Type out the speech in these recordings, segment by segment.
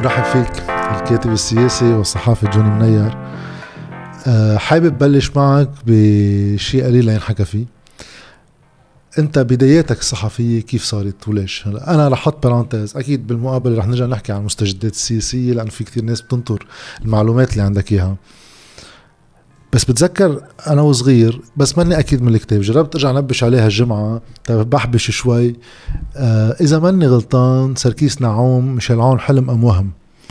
رحب فيك الكاتب السياسي والصحافي جوني منير. حابب بلش معك بشيء قليل ينحكى فيه. انت بداياتك الصحفية كيف صارت وليش؟ هلا انا رح احط بارانتيز، اكيد بالمقابل رح نرجع نحكي عن المستجدات السياسية لأن في كتير ناس بتنطر المعلومات اللي عندك اياها. بس بتذكر انا وصغير، بس ماني اكيد من الكتاب، جربت ارجع نبش عليها الجمعة بحبش شوي. اذا ماني غلطان سركيس نعوم ميشيل عون حلم ام وهم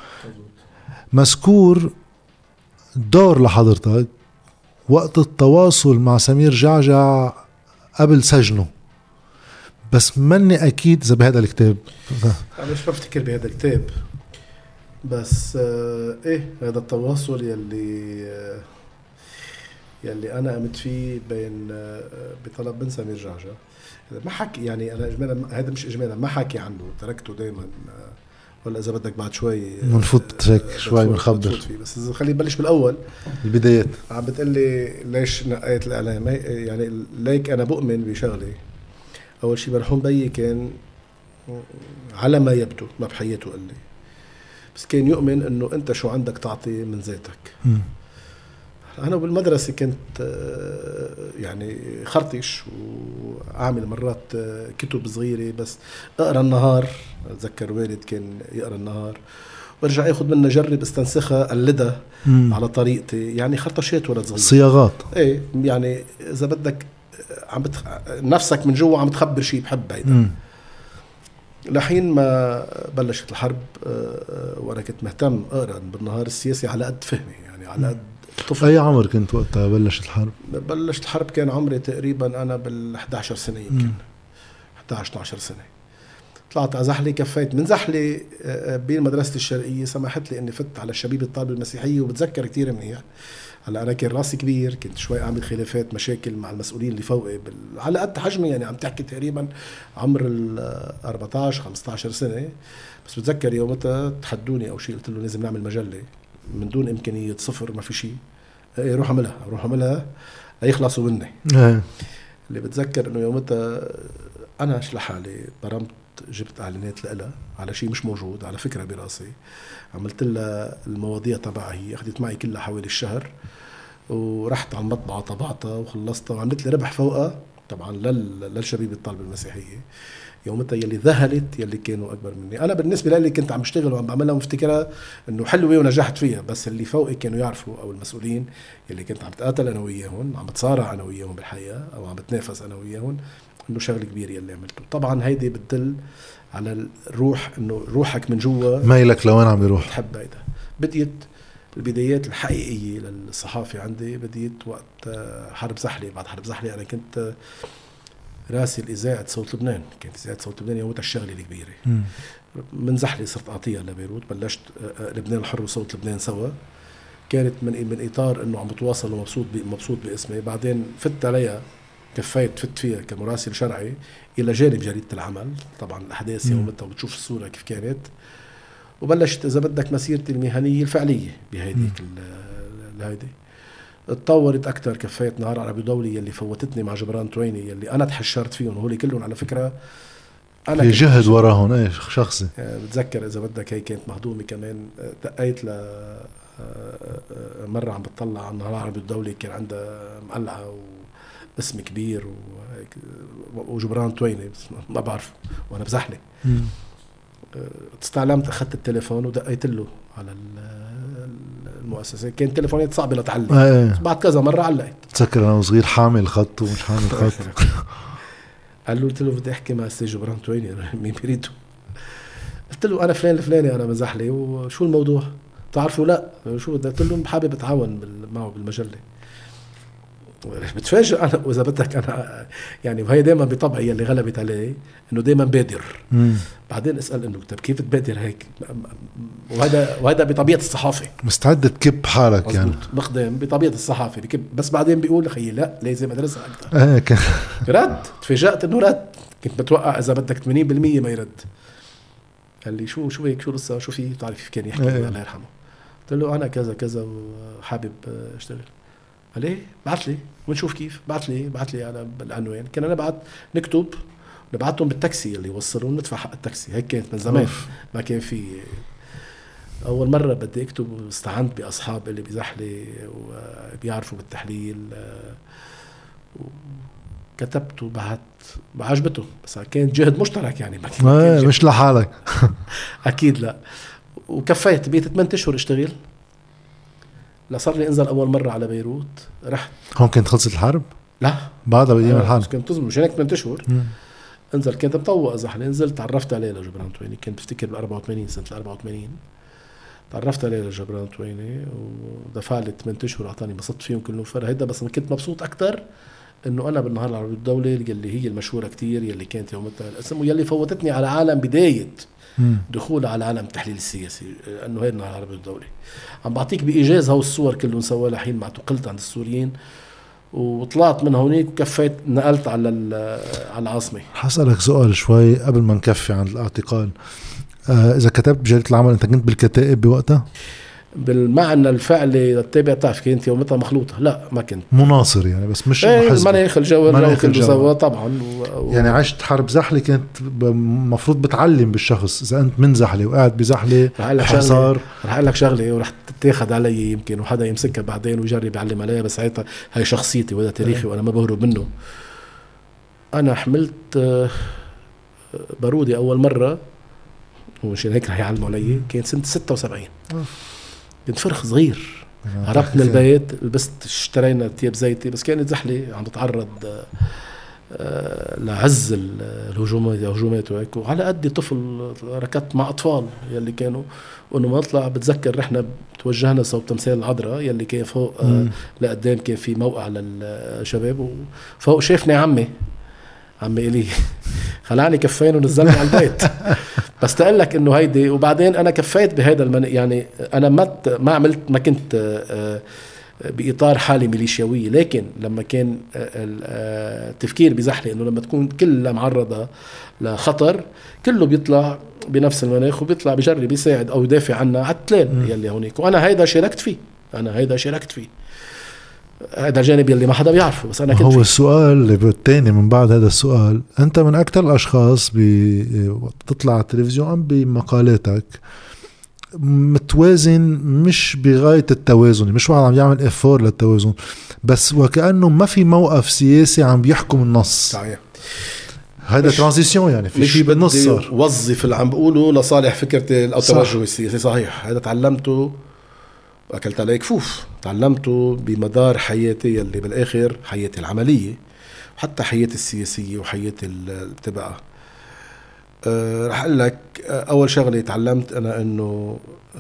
مذكور دور لحضرتك وقت التواصل مع سمير جعجع قبل سجنه، بس مني اكيد اذا بهذا الكتاب. انا مش بفتكر بهذا الكتاب، بس ايه هذا التواصل يلي انا قمت فيه بين بطلب من سمير جعجع. ما حكي يعني انا اجمالا، هذا مش اجمالا، ما حكي عنه، تركته دائما. ولا اذا بدك بعد شوي منفوت هيك شوي بنخبر فيه، بس خلينا نبلش بالاول البدايات. عم بتقلي ليش نقيت الاعلام؟ يعني ليك انا بؤمن بشغله. اول شيء مرحوم بيي كان على ما يبدو، ما بحياته قال لي، بس كان يؤمن انه انت شو عندك تعطي من ذاتك. انا بالمدرسه كنت يعني خرطش واعمل مرات كتب صغيره بس اقرا النهار. اتذكر والد كان يقرا النهار وارجع اخذ منها جرب استنسخها قلدها على طريقتي، يعني خرطشات ولد صغير، صياغات. ايه يعني اذا بدك نفسك من جوا عم تخبر شيء بحب هيدا. لحين ما بلشت الحرب وانا كنت مهتم اقرا بالنهار السياسي على قد فهمي، يعني على قد طفل. اي عمر كنت وقتها بلشت الحرب؟ بلشت الحرب كان عمري تقريبا انا بال11 سنه، يمكن 11-12 سنه. طلعت على زحلي، كفيت من زحلي بمدرسة الشرقية، سمحت لي اني فت على الشبيبة الطالبة المسيحية. وبتذكر كتير منيح، هلا انا كان راسي كبير، كنت شوي اعمل خلافات مشاكل مع المسؤولين اللي فوقي على قد حجمي، يعني عم تحكي تقريبا عمر 14-15 سنة. بس بتذكر يومتها تحدوني او شيء، قلت له لازم نعمل مجلة من دون امكانية، صفر، ما في شيء، روح اعملها يخلصوا مني. اللي بتذكر انه يومتها انا لحالي برمت، جبت اعلانات لها على شيء مش موجود، على فكرة براسي، عملت لها المواضيع تبعها، هي اخذت معي كلها حوالي الشهر، ورحت على المطبعة طبعتها وخلصتها، وعملت لي ربح فوقها طبعا للشبيبة الطالبة المسيحية. يومتها يلي ذهلت يلي كانوا اكبر مني. انا بالنسبه لي كنت عم بشتغل وعم بعملها ومفتكرها انه حلوه ونجحت فيها، بس اللي فوقي كانوا يعرفوا، او المسؤولين يلي كنت عم بتقاتل انا وياهم، عم بتصارع انا وياهم بالحقيقه، او عم بتنافس انا وياهم، انه شغل كبير يلي عملته. طبعا هيدي بتدل على الروح، انه روحك من جوا مايلك لوين عم يروح. تحب هيدا. بديت البدايات الحقيقيه للصحافه عندي بديت وقت حرب زحلي. بعد حرب زحلي انا كنت راسل إذاعة صوت لبنان، كانت إذاعة صوت لبنان يومتها الشغلة الكبيرة. من زحلي صرت أعطيها لبيروت، بلشت لبنان الحر وصوت لبنان سوا، كانت من إطار إنه عم بتواصل ومبسوط باسمي. بعدين فت عليها، فت فيها كمراسل شرعي إلى جانب جريدة العمل. طبعا الأحداث يومتها وبتشوف الصورة كيف كانت، وبلشت إذا بدك مسيرتي المهنية الفعلية بهيديك الهيدي. اتطورت اكثر، كفيت نهار عربي دولي يلي فوتتني مع جبران تويني يلي انا تحشرت فيهم، وهولي كلهم على فكره انا في جهد وراهم ايش شخصي. بتذكر اذا بدك هي كانت مهضومه كمان. دقيت مره عم بتطلع على نهار عربي الدولي، كان عندها مقلعه واسم كبير وجبران تويني، بس ما بعرفه وانا بزحلي. استعلمت، اخذت التليفون ودقيت له على المؤسسة. كان تليفونات صعبة لتعلق. بعد كذا مرة علقت. تذكر أنا وصغير حامل خط ومش حامل خط. قلت له بدي أحكي مع السيد جبران تويني، مين بريده؟ قلت له أنا فلان الفلاني، أنا مزحلي، وشو الموضوع؟ تعرفوا لا شو بدي؟ قلت له حابب أتعاون معه بالمجلة. بتفاجئ أنا وإذا بدك أنا يعني، وهي دائما بطبعي اللي غلبت عليه إنه دائما بادر. بعدين اسأل إنه طب كيف تبادر هيك؟ وهذا بطبيعة الصحافة، مستعد تكب حالك يعني، بقدم بطبيعة الصحافة بكب. بس بعدين بيقول خيي لا لازم أدرسها أكثر. رد، تفاجأت إنه رد. كنت متوقع إذا بدك 80% ما يرد. قال لي شو هيك، شو لسه، شو فيه؟ تعرف كيف كان يحكي الله يرحمه. قلت له أنا كذا كذا وحابب أشتغل. قال لي بعت لي ونشوف كيف. بعت لي على العنوان. كان أنا بعت نكتب، نبعتهم بالتاكسي اللي يوصلوا، ندفع حق التاكسي. هيك كانت من زمان، ما كان في. اول مره بدي اكتب استعنت باصحاب اللي بيزحلي وبيعرفوا بالتحليل، كتبت وبعت عجبته، بس كان جهد مشترك يعني مش لحالك. اكيد لا. وكفيت بقيت 8 اشهر اشتغل لصار لي انزل اول مره على بيروت. رحت هون كانت خلصت الحرب؟ لا بعدها بايام الحرب كنت تزم مش هيك 8 اشهر. انزل كنت مطوق زحلي، نزلت تعرفت عليه لجبران تويني، كنت بفتكر بال 84 سنه 84 تعرفت عليه لجبران تويني ودفع لي 8 اشهر اعطاني بسطت فيهم كل نفر هيدا. بس كنت مبسوط اكثر انه انا بالنهار العربي الدولي اللي هي المشهوره كتير يلي كانت يومتها الاسم ويلي فوتتني على عالم بدايه دخول على عالم التحليل السياسي، انه هي النهار العربي الدولي. عم بعطيك بايجاز هاو الصور كلهم سواه لحين ما اعتقلت عند السوريين وطلعت من هونيك وكفيت نقلت على العاصمه. حسألك سؤال شوي قبل ما نكفي عن الاعتقال. اذا كتبت بجريدة العمل انت كنت بالكتائب بوقتها؟ بالمعنى الفعلي للتابع تعرف كنت يومتها مخلوطه، لا ما كنت مناصر يعني، بس مش حزب مناخ الجو كله سوا طبعا يعني عشت حرب زحلة كانت مفروض بتعلم بالشخص اذا انت من زحلة وقاعد بزحلة حصار. رح اقول لك شغله ورح تتاخذ علي يمكن وحدا يمسكها بعدين ويجرب يعلم عليها، بس ساعتها هاي شخصيتي وهذا تاريخي وانا ما بهرب منه. انا حملت بارودي اول مره ومشان هيك رح يعلموا علي، كانت سنه 76. كنت فرخ صغير، هربت من البيت، لبست اشترينا تياب زيتي، بس كانت زحلة عم تتعرض لعز الهجومات وهيك، وعلى قدي طفل ركضت مع أطفال يلي كانوا، وإنه ما أطلع بتذكر رحنا توجهنا صوب تمثال العذراء يلي كان فوق لقدام كان في موقع للشباب، وفوق شافني عمي إلي خلعني كفين ونزلني على البيت. بس تقول لك انه هيدي. وبعدين انا كفيت بهذا يعني انا ما كنت باطار حالي ميليشياوي، لكن لما كان التفكير بزحلي انه لما تكون كلها معرضه لخطر كله بيطلع بنفس المناخ وبيطلع بجرب يساعد او يدافع عنها على التلال يلي هونيك. وانا هيدا شاركت فيه، هذا الجانب يلي ما حدا بيعرفه، بس أنا كنت هو السؤال الثاني من بعد هذا السؤال. أنت من أكثر الأشخاص بتطلع على التلفزيون بمقالاتك متوازن، مش بغاية التوازن، مش واحد عم يعمل إفور للتوازن، بس وكأنه ما في موقف سياسي عم بيحكم النص. صحيح. هذا ترانزيشن يعني في شيء بالنص صار وظف اللي عم بقوله لصالح فكرة أو توجه السياسي. صحيح. هذا تعلمته وأكلت عليه كفوف، تعلمته بمدار حياتي يلي بالآخر حياتي العملية وحتى حياتي السياسية وحياتي الابتباع. رح أقول لك أول شغلة تعلمت أنا أنه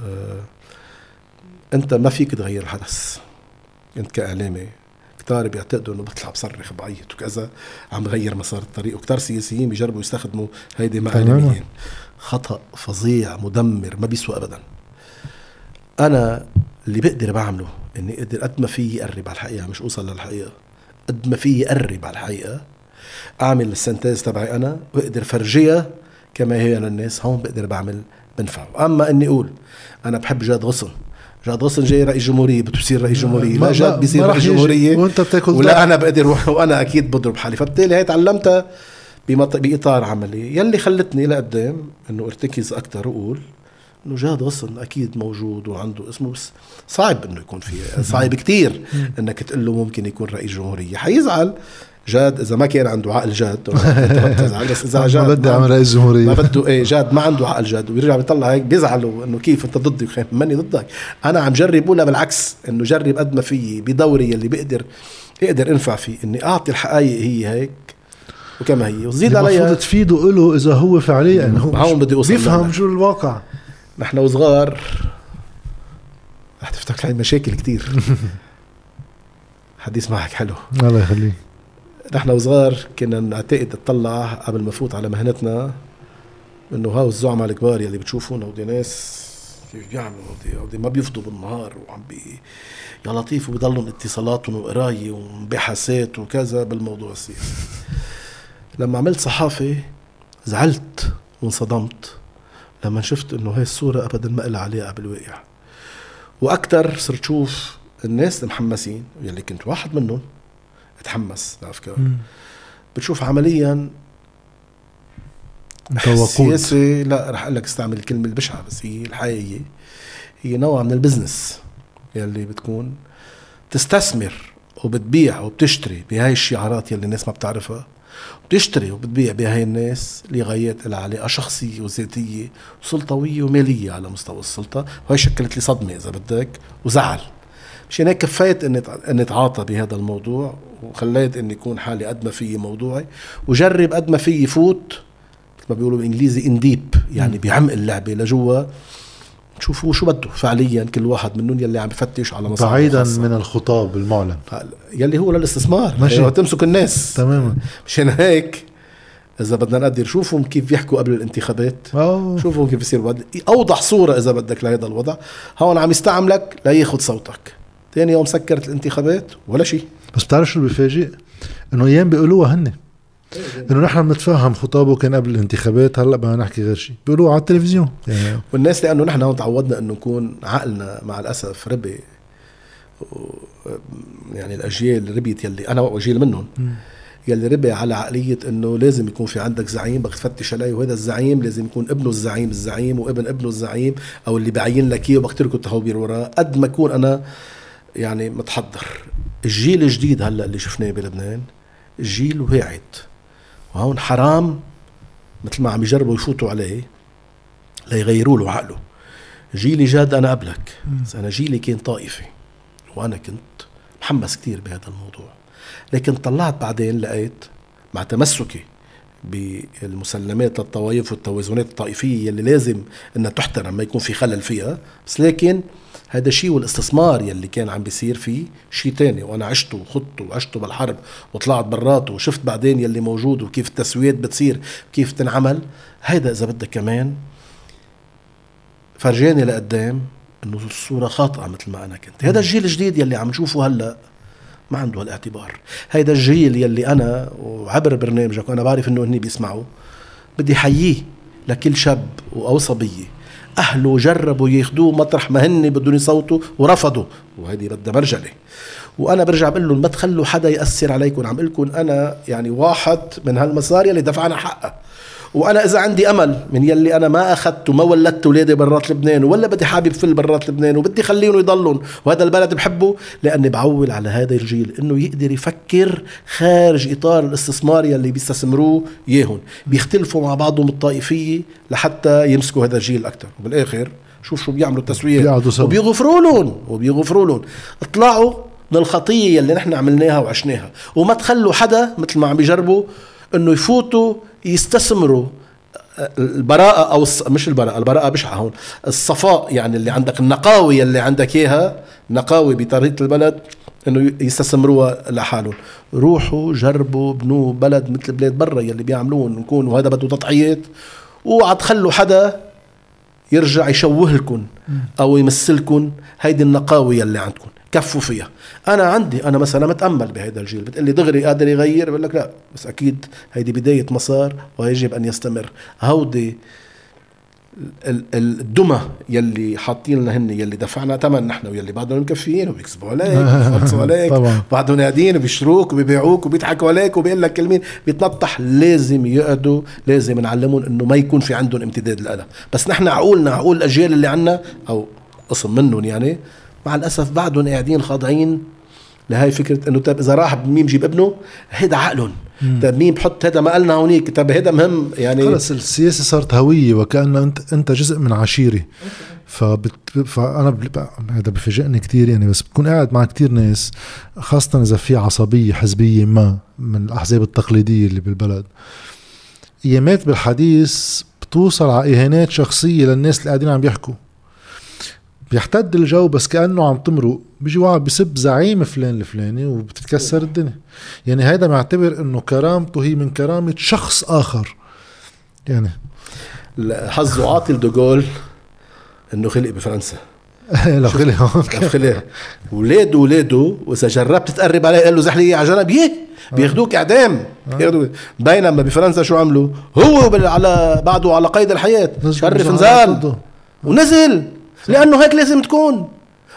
أنت ما فيك تغير الحدث. أنت كإعلامي كتار بيعتقدوا أنه بطلع بصرخ بعيط وكذا عم غير مسار الطريق، وكتار سياسيين بيجربوا يستخدموا هيدي مع إعلاميين. خطأ فظيع مدمر ما بيسوى أبدا. أنا اللي بقدر بعمله اني اقدر قد ما فيي اقرب على الحقيقه، مش اوصل للحقيقه، قد ما فيي اقرب على الحقيقه، اعمل السنتاز تبعي انا واقدر فرجيها كما هي للناس. هون بقدر بعمل بنفع. اما اني اقول انا بحب جاد غصن جاي رئيس جمهوريه بتصير رئيس جمهوريه، لا جاد بيصير رئيس جمهوريه وانت بتاكل ولا انا بقدر وانا اكيد بضرب حالي. فبالتالي هي تعلمتها باطار عملي يلي خلتني لقدام انه ارتكز اكثر واقول انه جاد غصن اكيد موجود وعنده اسمه، بس صعب انه يكون فيه، صعب كتير انك تقول له ممكن يكون رئيس جمهورية. حيزعل جاد اذا ما كان عنده عقل جاد بس اذا جاد ما بدي اعمل رئيس جمهورية، ما بده جاد ما عنده عقل جاد ويرجع بيطلع هيك بيزعلوا انه كيف انت ضدي وخايف مني ضدك. انا عم جرب ولا بالعكس انه جرب قد ما فيي بدوري اللي بقدر انفع فيه اني اعطي الحقائق هي هيك وكما هي وزيد عليها المفروض تفيده له اذا هو فعليا يعني هو بدي اوصل بيفهم شو الواقع. نحن وصغار رح تفتح لي مشاكل كتير. حديث معك حلو الله يخليك. نحن وصغار كنا نعتقد نطلع قبل ما فوت على مهنتنا انه هاو الزعماء الكبار يلي بتشوفون ودي ناس كيف بيعملوا ودي ما بيفضوا بالنهار وعم يا لطيف وبيضلوا اتصالاتهم وقرايه وبحثات وكذا بالموضوع السياسي. لما عملت صحافة زعلت وانصدمت لما شفت انه هاي الصورة ابدا ما إلها علاقة بالواقع. واكتر صرت شوف الناس المحمسين يلي كنت واحد منهم اتحمس لأفكار، بتشوف عمليا انت وقود. السياسة لا رح اقول لك استعمل الكلمة البشعة بس هي الحقيقية، هي نوع من البزنس يلي بتكون تستثمر وبتبيع وبتشتري بهاي الشعارات يلي الناس ما بتعرفها، بتشتري وبتبيع بهاي الناس لغايات لها علاقة شخصية وذاتية وسلطوية ومالية على مستوى السلطة. وهي شكلت لي صدمة إذا بدك وزعل. مشان هيك كفايت اني اتعاطى بهذا الموضوع، وخليت اني يكون حالي قد ما فيي موضوعي، وجرب قد ما فيي فوت مثل ما بيقولوا بالانجليزي انديب، يعني بعمق اللعبة لجوا، نشوفوا شو بده فعليا كل واحد منهم يلي عم بفتش على مصالحه بعيدا من الخطاب المعلن يلي هو للاستثمار، ماشي تمسك الناس تماما. مشان هيك اذا بدنا نقدر شوفهم كيف بيحكوا قبل الانتخابات، شوفهم كيف يصير اوضح صورة اذا بدك لهذا الوضع. هون عم يستعملك لا ياخد صوتك، ثاني يوم سكرت الانتخابات ولا شيء. بس بتعرف شو بيفاجئ؟ انه ايام بيقولوها هن انه نحن بنتفهم خطابه كان قبل الانتخابات، هلا بدنا نحكي غير شيء، بيقولوها على التلفزيون يعني. والناس لانه نحن هون تعودنا انه نكون عقلنا مع الاسف ربي، يعني الاجيال ربيت يلي انا وجيل منهم يلي ربي على عقلية انه لازم يكون في عندك زعيم بدك تفتش عليه، وهذا الزعيم لازم يكون ابنه الزعيم وابن ابنه الزعيم، او اللي بعين لك اياه وبقدر تركه تهوبير وراه. قد ما اكون انا يعني متحضر، الجيل الجديد هلا اللي شفناه بلبنان الجيل واعد، وهون حرام مثل ما عم يجربوا يفوتوا عليه ليغيروا له عقله. جيلي جاد انا قبلك، بس انا جيلي كان طائفي وانا كنت محمس كتير بهذا الموضوع، لكن طلعت بعدين لقيت مع تمسكي بالمسلمات الطوائف والتوازنات الطائفية يلي لازم انها تحترم ما يكون في خلل فيها، بس لكن هذا شيء والاستثمار يلي كان عم بيصير فيه شيء تاني، وانا عشته وخضته وعشته بالحرب وطلعت براته وشفت بعدين يلي موجود وكيف التسويات بتصير كيف تنعمل. هيدا اذا بدك كمان فرجاني لقدام انه الصورة خاطئة مثل ما انا كنت. هذا الجيل الجديد يلي عم نشوفه هلأ ما عنده هالاعتبار. هيدا الجيل يلي انا وعبر برنامجك وانا بعرف انه هني بيسمعوا، بدي حييه لكل شاب او صبية اهله جربوا ياخدوه مطرح ما هن بدهم يصوتوا ورفضوا، وهذه بدها مرجله. وانا برجع بقول لهم ما تخلوا حدا ياثر عليكم، عم لكم انا يعني واحد من هالمصاري اللي دفعنا حقها، وانا اذا عندي امل من يلي انا ما اخذت وما ولدت اولادي برات لبنان ولا بدي حابب فل برات لبنان وبدي خليهم يضلون وهذا البلد بحبه، لاني بعول على هذا الجيل انه يقدر يفكر خارج اطار الاستثمار يلي بيستثمروه ياهن، بيختلفوا مع بعضهم الطائفيه لحتى يمسكوا هذا الجيل اكثر، وبالاخر شوف بيعملوا التسويات وبيغفروا لهم. اطلعوا من الخطيه يلي نحن عملناها وعشناها، وما تخلوا حدا مثل ما عم بيجربوا انه يفوتوا يستثمروا البراءة او مش البراءة بشعة هون، الصفاء يعني اللي عندك، النقاوي اللي عندك اياها، نقاوي بطريقة البلد انه يستثمروها لحالهم. روحوا جربوا بنوا بلد مثل بلاد برا يلي بيعملون نكون، وهذا بده تضحيات، وعد خلوا حدا يرجع يشوه لكم او يمثلكم هيدي النقاوي اللي عندكم، كفوا فيها. انا مثلا متامل بهذا الجيل، بتقلي دغري قادر يغير، بقول لك لا، بس اكيد هيدي بدايه مسار ويجب ان يستمر. هودي الدمى يلي حاطين لنا هن، يلي دفعنا ثمن نحن ويلي بعدهم مكفيين وبيكسبوا عليك وبيفلسوا عليك بعدهم قاعدين وبيشروك وبيبيعوك وبيضحكوا عليك وبيقول لك كلمين بيتنطح. لازم يقعدوا، لازم نعلمهم انه ما يكون في عندهم امتداد للألم. بس نحن عقول الاجيال اللي عنا او قسم منهم يعني مع الاسف بعدهم قاعدين خاضعين لهي فكرة انه طب اذا راح مين بجيب ابنه، هيدا عقلهم، طب مين بحط هيدا ما قالنا هونيك، طب هيدا مهم يعني. خلص السياسة صارت هوية، وكأن انت جزء من عشيرة. فانا هذا بفاجئني كتير يعني، بس بكون قاعد مع كتير ناس خاصة اذا في عصبية حزبية ما من الاحزاب التقليدية اللي بالبلد، ايامات بالحديث بتوصل على اهانات شخصية للناس اللي قاعدين عم بيحكوا، بيحتد الجو، بس كأنه عم تمرق بيجي واحد بيسب زعيم فلان الفلاني وبتتكسر الدنيا. يعني هذا معتبر انه كرامته هي من كرامة شخص اخر. يعني حظه عاطل دوغول انه خلق بفرنسا لو خلق ولاده واذا جربت تقرب عليه قال له زحلي على جنب بياخدوك اعدام. بينما بفرنسا شو عملوا؟ هو على بعده على قيد الحياة، شرف نزال ونزل، لانه هيك لازم تكون.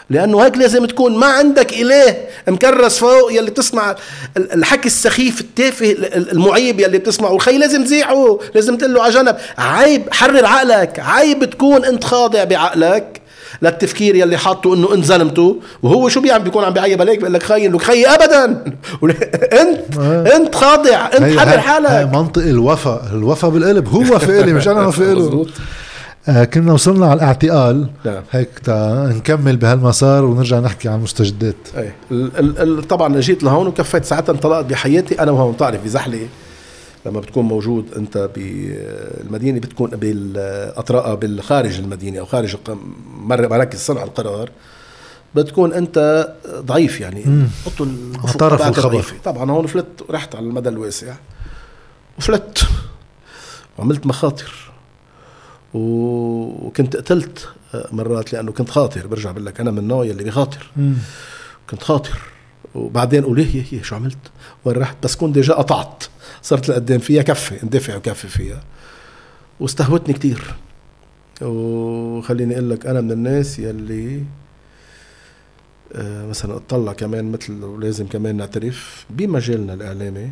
لأنه هيك لازم تكون، ما عندك إله مكرس فوق يلي بتسمع الحكي السخيف التافه المعيب يلي بتسمعه، والخي لازم تزيعه، لازم تقول له على جنب. عيب، حرر عقلك، عيب تكون انت خاضع بعقلك للتفكير يلي حاطه انه انت ظلمته، وهو شو بيكون عم بيعيب عليك، بيقول لك خاين، لك خي ابدا انت خاضع، انت حرر حالك. هاي منطق الوفا بالقلب، هو في إلي مش انا ما في إله. كنا وصلنا على الاعتقال. نعم. هيك نكمل بهالمسار ونرجع نحكي عن المستجدات. طبعا جيت لهون وكفيت ساعتها انطلقت بحياتي انا وهون. تعرف بزحلة لما بتكون موجود انت بالمدينة، بتكون بالأطراء بالخارج المدينة او خارج مراكز صنع القرار، بتكون انت ضعيف يعني. طرف الخبر. طبعا هون فلت، رحت على المدى الواسع وفلت وعملت مخاطر، وكنت قتلت مرات لأنه كنت خاطر. برجع بقول لك أنا من النوع اللي بيخاطر. كنت خاطر، وبعدين أقول هي شو عملت وين رحت، بس كنت ديجا قطعت، صرت لقدام فيها كفي اندفع وكفي فيها، واستهوتني كتير. وخليني أقول لك أنا من الناس يلي مثلا اطلع كمان مثل، ولازم كمان نعترف بمجالنا الإعلامي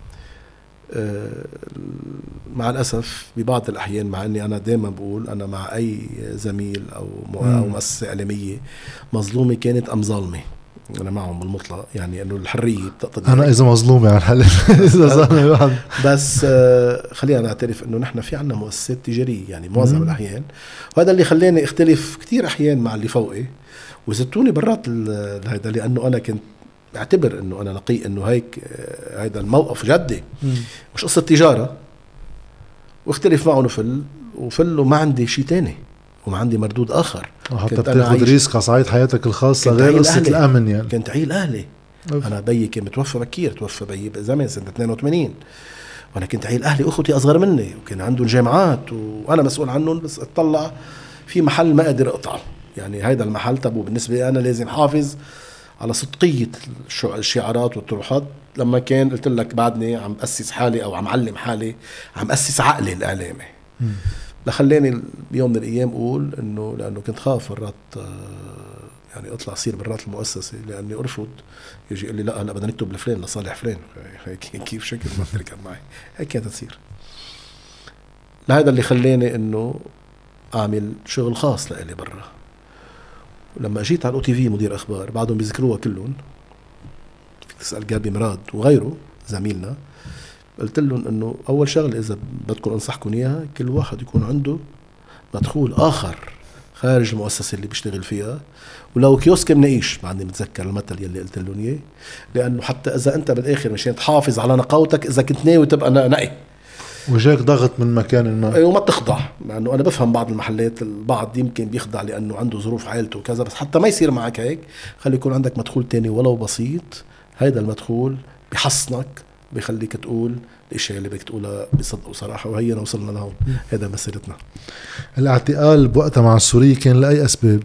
مع الأسف ببعض الأحيان، مع أني أنا دائما بقول أنا مع أي زميل أو مؤسسة إعلامية مظلومة كانت أم ظالمة، أنا معهم بالمطلق. يعني أنه الحرية أنا إذا مظلومة عن حل إذا ظالمة واحد. بس خلينا نعترف أنه نحن في عنا مؤسسات تجارية يعني معظم الأحيان، وهذا اللي خلاني اختلف كتير أحيان مع اللي فوقي وزتوني برات هذا، لأنه أنا كنت بعتبر انه انا نقي، انه هيك هيدا الموقف جدي مش قصة تجارة، واختلف معه وفل وما عندي شيء تاني وما عندي مردود اخر. حتى بتاخد ريسك على صعيد حياتك الخاصة غير قصة الامن يعني. كنت عيل اهلي. انا بيي كان متوفى بكير، توفى بيي بزمان سنة 82، وانا كنت عيل اهلي، اخوتي اصغر مني وكان عندهم جامعات وانا مسؤول عنهم، بس اطلع في محل ما قادر اقطعه يعني. هيدا المحل تبو بالنسبة لي انا لازم حافظ على صدقية الشعارات والطروحات. لما كان قلت لك بعدني عم أسس حالي أو عم علم حالي، عم أسس عقلي الإعلامي. لخلاني بيوم من الأيام أقول إنه لأنه كنت خاف مرات يعني أطلع أصير برات المؤسسة، لأني أرفض يجي يقول لي لا هلا بدنا نكتب لفلان لصالح فلان، كيف شكل ما تركب معي هيك كانت تصير. لهذا اللي خلاني إنه أعمل شغل خاص لإلي برا. لما اجيت على الOTV مدير اخبار، بعدهم بيذكروها كلهم، فيك تسال جابي مراد وغيره زميلنا، قلت لهم انه اول شغله اذا بدكم انصحكم اياها، كل واحد يكون عنده مدخول اخر خارج المؤسسه اللي بيشتغل فيها، ولو كيوسك مناقيش، ما عندي متذكر المثل يلي قلت لهم اياه، لانه حتى اذا انت بالاخر مشان تحافظ على نقاوتك، اذا كنت ناوي تبقى نقي وجاك ضغط من مكان ما، وما تخضع. لانه انا بفهم بعض المحلات البعض يمكن بيخضع لانه عنده ظروف عائلته وكذا، بس حتى ما يصير معك هيك، خلي يكون عندك مدخول تاني ولو بسيط. هيدا المدخول بيحصنك، بيخليك تقول الاشياء اللي بدك تقولها بصدق وصراحه، وهينا وصلنا لهون. هذا مسيرتنا. الاعتقال بوقتها مع السورية كان لاي اسباب؟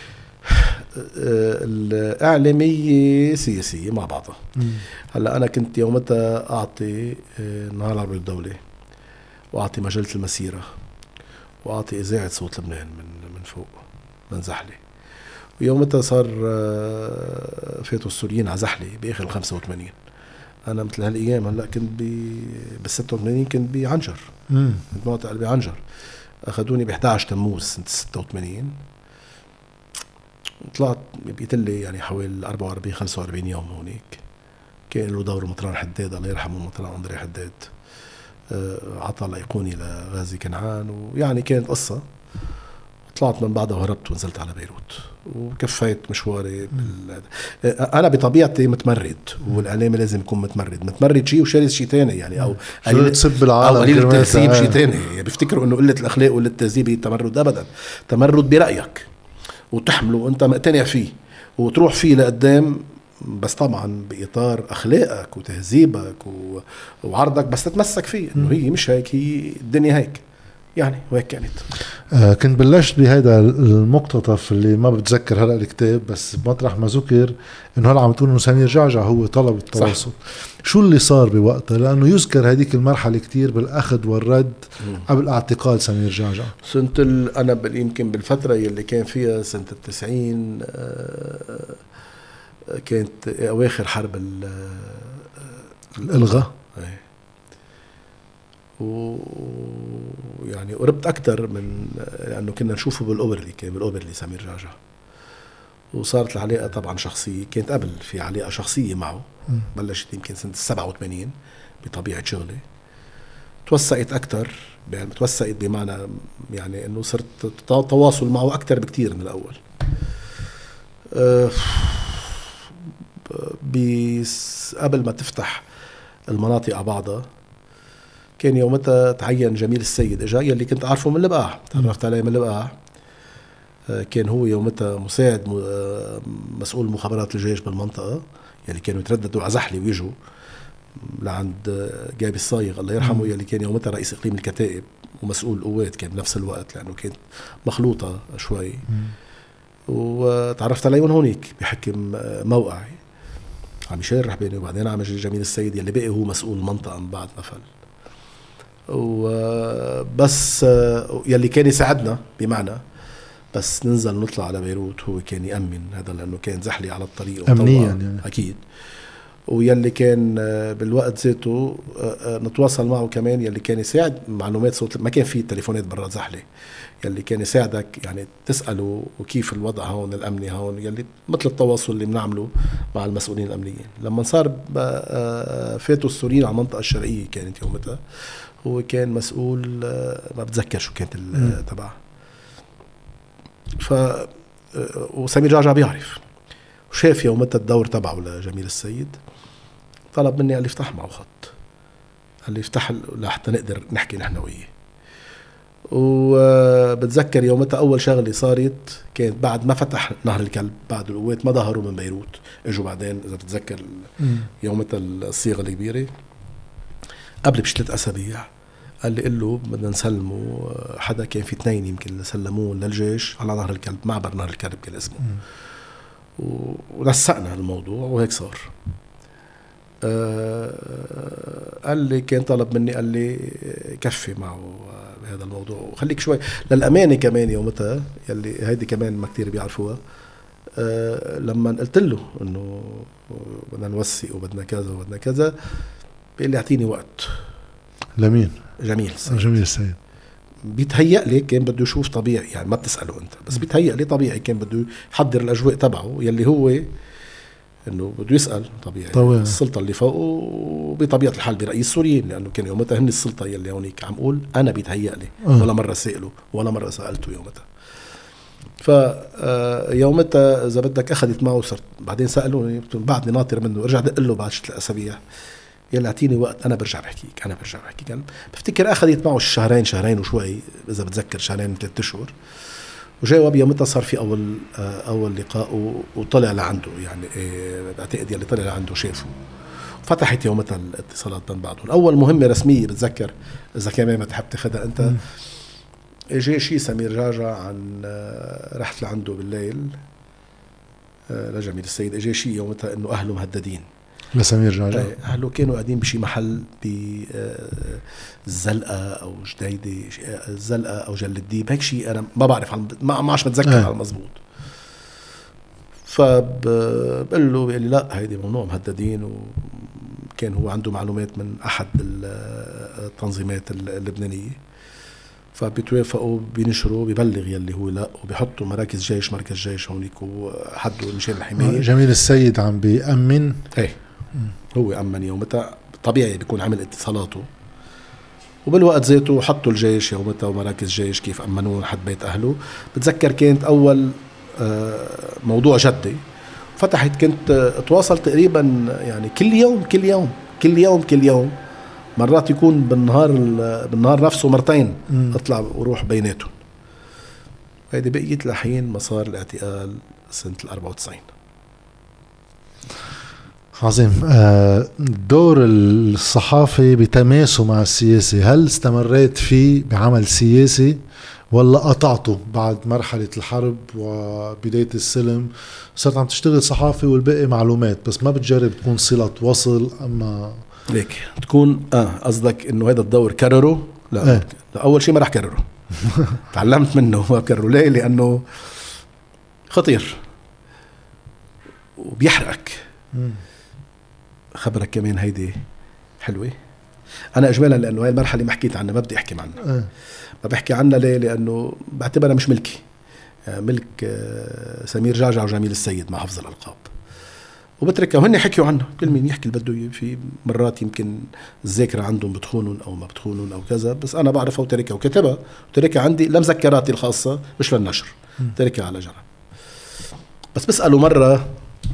الإعلامية سياسية مع بعضها. هلا أنا كنت يومتها أعطي نهار العربي الدولي، وأعطي مجلة المسيرة، وأعطي إذاعة صوت لبنان من فوق من زحلة. ويومتها صار فاتوا السوريين على زحلة بآخر 85. أنا مثل هالأيام هلا كنت بال86 كنت بعنجر، كنت معتقل بعنجر. أخذوني ب11 تموز سنة 86، طلعت بيتلي يعني حوالي 44-45 يوم هونيك. كان له دور مطران حداد، الله يرحمه مطران أندري حداد، عطى الأيقوني لغازي كنعان، ويعني كانت قصة. طلعت من بعدها وهربت ونزلت على بيروت وكفيت مشواري أنا بطبيعتي متمرد، والإعلامي لازم يكون متمرد شيء وشرس شيء تاني يعني، أو تسب العالم أو قليل التهذيب شيء تاني. يعني بيفتكروا إنه قلة الأخلاق وقلة التهذيب هي التمرد. أبدا، تمرد برأيك وتحمله وأنت مقتنع فيه وتروح فيه لقدام، بس طبعا بإطار أخلاقك وتهذيبك وعرضك، بس تتمسك فيه إنه هي مش هيك، هي الدنيا هيك. يعني وهيك كانت. كنت بلشت بهذا المقتطف اللي ما بتذكر هلا الكتاب، بس مطرح ما ذكر انه هلا عم تقول انه سمير جعجع هو طلب التواصل. شو اللي صار بوقتها؟ لانه يذكر هذيك المرحله كتير بالاخذ والرد قبل اعتقال سمير جعجع. انا يمكن بالفتره اللي كان فيها سنه 90 كانت اواخر حرب الالغاء، ويعني قربت أكتر من لأنه كنا نشوفه بالأوبرلي، كان بالأوبرلي سمير جعجع، وصارت العلاقة طبعا شخصية. كانت قبل في علاقة شخصية معه، بلشت يمكن سنة 87 بطبيعة شغلي. توسعت أكتر، يعني توسعت بمعنى يعني أنه صرت تواصل معه أكتر بكتير من الأول. قبل ما تفتح المناطق على بعضها كان يومتها تعين جميل السيد اجا، يلي كنت اعرفه من البقاع، تعرفت عليه من البقاع. كان هو يومتها مساعد مسؤول مخابرات الجيش بالمنطقه، يلي كانوا يترددوا على زحلي ويجوا لعند جابي الصايغ الله يرحمه، يلي كان يومتها رئيس اقليم الكتائب ومسؤول قوات كان بنفس الوقت، لانه كانت مخلوطه شوي. وتعرفت عليه هونيك بحكم موقعي، عم يشرح بيني وبعدين عم يجي جميل السيد يلي بقي هو مسؤول المنطقه من بعد ما فل. وبس يلي كان يساعدنا بمعنى بس ننزل نطلع على بيروت هو كان يأمن هذا، لأنه كان زحلي على الطريق أمنيا يعني. أكيد. ويلي كان بالوقت ذاته نتواصل معه كمان، يلي كان يساعد معلومات صوت، ما كان في تليفونات برا زحلي، يلي كان يساعدك يعني تسأله وكيف الوضع هون الأمني هون، يلي مثل التواصل اللي بنعمله مع المسؤولين الأمنيين. لما صار فاتوا السوريين على المنطقة الشرقية كانت يومتها، هو كان مسؤول ما بتذكر شو كانت تبعه. وسمير جعجع بيعرف وشاف يومتها الدور تبعه لجميل السيد، طلب مني قال لي افتح معه خط، قال لي افتح لحتى نقدر نحكي نحن وياه. وبتذكر يومتها أول شغلة صارت كانت بعد ما فتح نهر الكلب، بعد القوات ما ظهروا من بيروت، اجوا بعدين إذا بتتذكر يومتها الصيغة الكبيرة قبل بثلاث أسابيع. قال لي قل له بدنا نسلمه حدا، كان في 2 يمكن اللي سلموه للجيش على نهر الكلب، معبر نهر الكلب كان اسمه. ونسقنا الموضوع وهيك صار. قال لي كان طلب مني، قال لي كفي معه بهذا الموضوع وخليك شوي للأمانة كمان يومتها، يلي هيدي كمان ما كتير بيعرفوها. لما قلت له انه بدنا نوثق وبدنا كذا وبدنا كذا، بيقول لي اعطيني وقت. لمين؟ جميل السيد. جميل السيد بيتهيأ لي كان بده يشوف طبيعي، يعني ما بتسأله انت، بس بيتهيأ لي طبيعي كان بده يحضر الاجواء تبعه، يلي هو انه بده يسأل طبيعي السلطة اللي فوقه، وبطبيعة الحال برئيس السوريين، لانه كان يومتها هن السلطة يلي هونيك. عم قول انا بيتهيأ لي ولا مرة سأله ولا مرة سألته يومتها. يومتها اذا بدك اخذت معه، صرت بعدين سألوني بعدني ناطر منه، ارجع دق له بعد 3 أسابيع، يلا اعطيني وقت انا برجع بحكيك. قال بفتكر اخذت معه شهرين وشوي، اذا بتذكر 2-3 أشهر. وجاوب يومتها صار في اول لقاء وطلع لعنده، يعني بعتقد يلي طلع لعنده شافه، فتحت يومتها الاتصالات من بعضهم. اول مهمه رسميه بتذكر اذا كمان ما تحب تاخذها انت، اجى شي سمير جعجع عن رحت لعنده بالليل لجميل السيد، اجى شي يومتها انه اهله مهددين لسمير جعجع. أهله كانوا قاعدين بشي محل بالزلقة أو جديدة، الزلقة أو جل الديب، هيك شي أنا ما بعرف، ما عش بتذكر على المضبوط. فبقول له بيقول لي لا هيدي ممنوع، مهددين. وكان هو عنده معلومات من أحد التنظيمات اللبنانية، فبيتوافقوا بينشروا بيبلغ يلي هو لا، وبيحطوا مركز جيش هونيك وحدوا مشان الحماية. جميل السيد عم بيأمن، ايه هو أمن يومتها، طبيعي بيكون عمل اتصالاته، وبالوقت ذاته حطوا الجيش يومتها ومراكز جيش كيف أمنوه لحد بيت أهله. بتذكر كانت أول موضوع جدي فتحت، كنت اتواصل تقريبا يعني كل يوم، مرات يكون بالنهار نفسه مرتين اطلع وروح بيناتهم. هيدي بقيت لحين ما صار الاعتقال سنة 94. عظيم. دور الصحافة بتماسه مع السياسة، هل استمريت فيه بعمل سياسي ولا قطعته بعد مرحلة الحرب وبداية السلم؟ صرت عم تشتغل صحافي والباقي معلومات بس، ما بتجرب تكون صلة وصل؟ أما ليك تكون قصدك انه هذا الدور كرره؟ لا اول شيء ما راح كرره. تعلمت منه ما كرره. ليه؟ لانه خطير وبيحرقك. خبرك كمان هيدي حلوة. انا اجمالا لانه هاي المرحلة ما حكيت عنها ما بدي احكي عنها. ما بحكي عنها ليه؟ لانه بعتبرها مش ملكي، ملك سمير جعجع وجميل السيد مع حفظ الالقاب، وبتركها وهن يحكيوا عنها. كل مين يحكي اللي بده. في مرات يمكن الذاكرة عندهم بتخونون أو ما بتخونون أو كذا، بس أنا بعرفها وتركها وكتبها وتركها عندي لمذكراتي الخاصة مش للنشر. تركها على جنب. بس بسأله مرة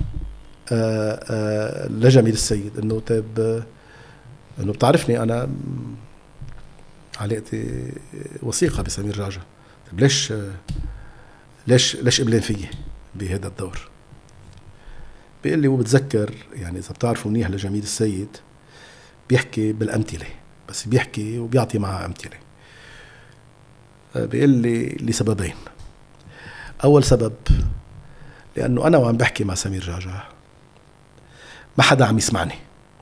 لجميل السيد إنه طيب إنه بتعرفني أنا علاقتي وثيقة بسمير جعجع، طيب ليش قبلين فيي بهذا الدور؟ بيقول لي وبتذكر يعني إذا بتعرفوا منيح لجميل السيد بيحكي بالأمثلة، بس بيحكي وبيعطي معها أمثلة. بيقول لي لسببين. أول سبب لأنه أنا وعم بحكي مع سمير جعجع ما حدا عم يسمعني.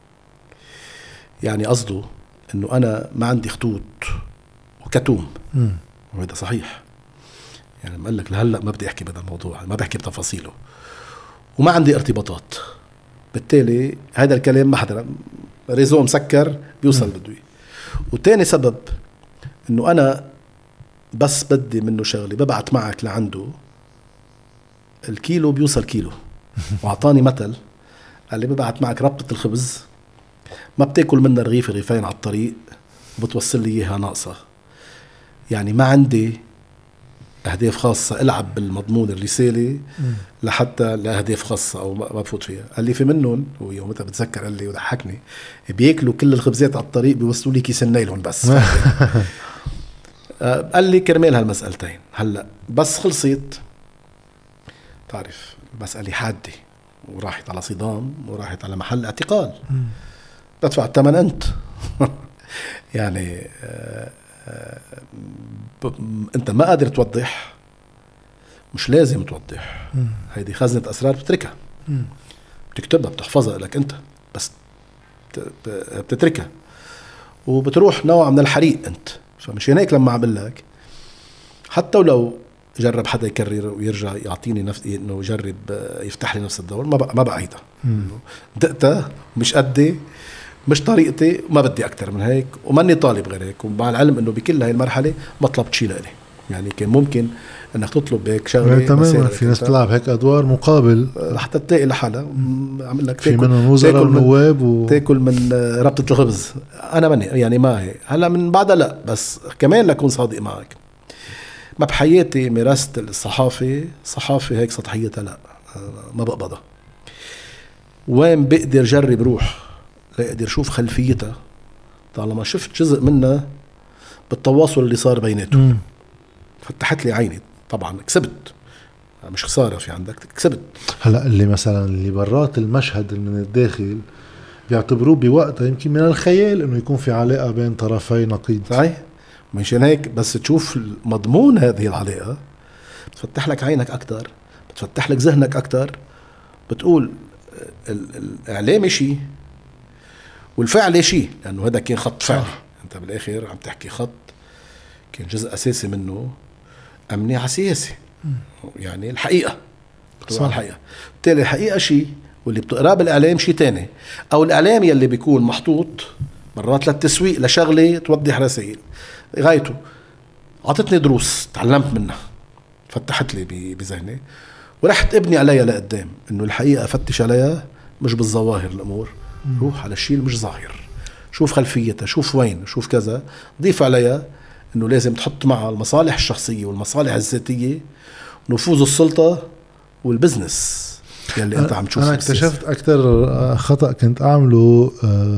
يعني قصده أنه أنا ما عندي خطوط وكتوم، وهذا صحيح. يعني ما قال لك لهلأ ما بدي أحكي بهذا الموضوع، ما بحكي بتفاصيله، وما عندي ارتباطات. بالتالي هذا الكلام ما حدا ريزو مسكر بيوصل بده. وتاني سبب انه انا بس بدي منه شغلي ببعت معك لعنده الكيلو بيوصل كيلو. واعطاني مثل قال لي ببعت معك ربطة الخبز ما بتاكل منها رغيف رغيفين على الطريق وبتوصل لي اياها ناقصة. يعني ما عندي أهداف خاصة ألعب بالمضمون الرسالة لحتى لأهداف خاصة أو ما بفوت فيها. قال لي في منهم ويومتها بتذكر قال لي وضحكني بياكلوا كل الخبزات على الطريق بيوصلوا لي كيس النايلون بس. قال لي كرمال هالمسألتين هلأ بس خلصت تعرف المسألة حادة وراحت على صدام وراحت على محل اعتقال. بدفع الثمن أنت. يعني انت ما قادر توضح، مش لازم توضح. هيدي خزنة اسرار بتتركها، بتكتبها بتحفظها لك انت، بس بتتركها وبتروح نوع من الحريق انت. فمش هيك لما عمل لك حتى ولو جرب حدا يكرر ويرجع يعطيني نفس انه يجرب يفتح لي نفس الدور ما بعيدها. دقتها مش قدي مش طريقتي وما بدي أكتر من هيك وماني طالب غير هيك. ومع العلم إنه بكل هاي المرحلة ما طلبت شيء لإلي. يعني كان ممكن إنك تطلب هيك شغلة تماما. في ناس تلعب هيك أدوار مقابل لحتى تلاقي لحالة عمل لك في منهم وزراء ونواب تاكل من ربطة الخبز. أنا ماني يعني ما هي هلا من بعدها لا، بس كمان لكون صادق معك ما بحياتي مارست الصحافة هيك سطحيتها لا ما بقبضها. وين بقدر جرب روح لا أقدر شوف خلفيتها طالما شفت جزء منها بالتواصل اللي صار بيناتهم. فتحت لي عيني طبعا كسبت، مش خسارة في عندك كسبت. هلأ اللي مثلا اللي برات المشهد من الداخل بيعتبروه بوقتها يمكن من الخيال انه يكون في علاقة بين طرفي نقيض. صحيح. مشان هيك بس تشوف مضمون هذه العلاقة بتفتح لك عينك أكتر، بتفتح لك ذهنك أكتر. بتقول الإعلامي شيء والفعل شيء، لأنه هذا كان خط فعل. أنت بالآخر عم تحكي خط كان جزء أساسي منه أمني على سياسي. يعني الحقيقة الحقيقة بالتالي الحقيقة شيء واللي بتقراه بالإعلام شيء تاني، أو الإعلام يلي بيكون محطوط مرات للتسويق لشغلة توضح رسائل غايته. عطتني دروس تعلمت منها فتحت لي بذهني ورحت ابني عليها لقدام. إنه الحقيقة فتش عليها مش بالظواهر الأمور، روح على الشيء مش ظاهر، شوف خلفيتها، شوف وين، شوف كذا. ضيف عليها انه لازم تحط معها المصالح الشخصية والمصالح الذاتية ونفوذ السلطة والبزنس يلي انت عم تشوف. انا اكتشفت اكتر خطأ كنت اعمله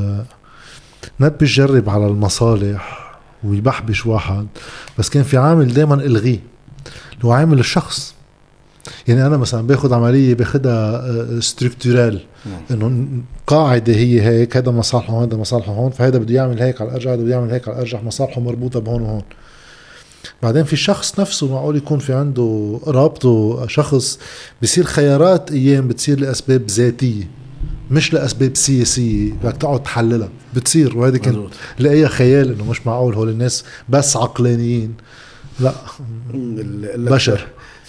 نبش جرب على المصالح ويبحبش واحد، بس كان في عامل دايما الغيه اللي هو عامل الشخص. يعني انا مثلا باخد عمليه باخدها ستركتورال، انه قاعده هي هيك، هذا مصالحه هون، هذا مصالحه هون، فهذا بده يعمل هيك على الارجح، هذا بده يعمل هيك على الارجح، مصالحه مربوطه بهون وهون. بعدين في الشخص نفسه معقول يكون في عنده رابطه شخص، بصير خيارات ايام بتصير لاسباب ذاتيه مش لاسباب سياسيه، بدك تقعد تحللها بتصير. وهذا كان لاقيها خيال انه مش معقول هول الناس بس عقلانيين، لا بشر.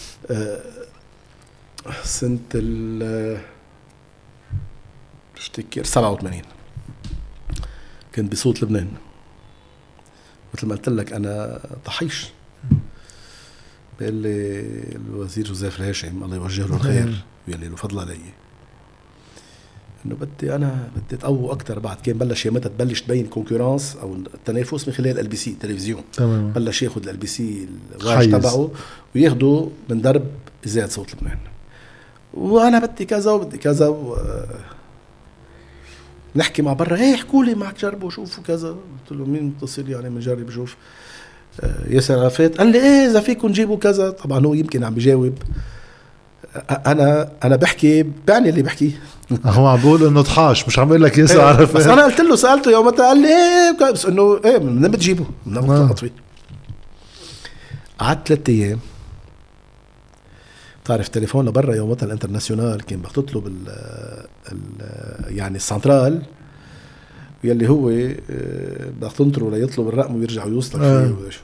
سنة بفتكر 87 كنت بصوت لبنان، مثل ما قلت لك أنا طحيش. بقال لي الوزير جوزيف الهاشم الله يوجه له الخير ويلي له فضل علي، انه بدي اتقوى اكثر. بعد كان بلش يمتى تبلش تبين كونكورانس او التنافس من خلال LBC تلفزيون. تمام. بلش ياخذ LBC الواج تبعه وياخده من درب اذاعه صوت لبنان، وانا بدي كذا وبدي كذا نحكي مع برا، ايه احكوا لي معك جربوا شوفوا كذا. قلت له مين متصل يعني بنجرب نشوف. ياسر عرفات قال لي ايه اذا فيكم جيبوا كذا. طبعا هو يمكن عم بيجاوب، انا بحكي بعني اللي بحكيه. هو عم بقول انه طحاش، مش عم بقول لك ياسر عرفات. بس انا قلت له سالته يومتها قال لي ايه، بس انه ايه من بتجيبه من بتطلع. قعدت 3 ايام. تعرف تليفون لبرا يومتها الانترناسيونال كان بدك تطلب يعني السنترال يلي هو بدك تنطره ليطلب الرقم ويرجع يوصلك فيه.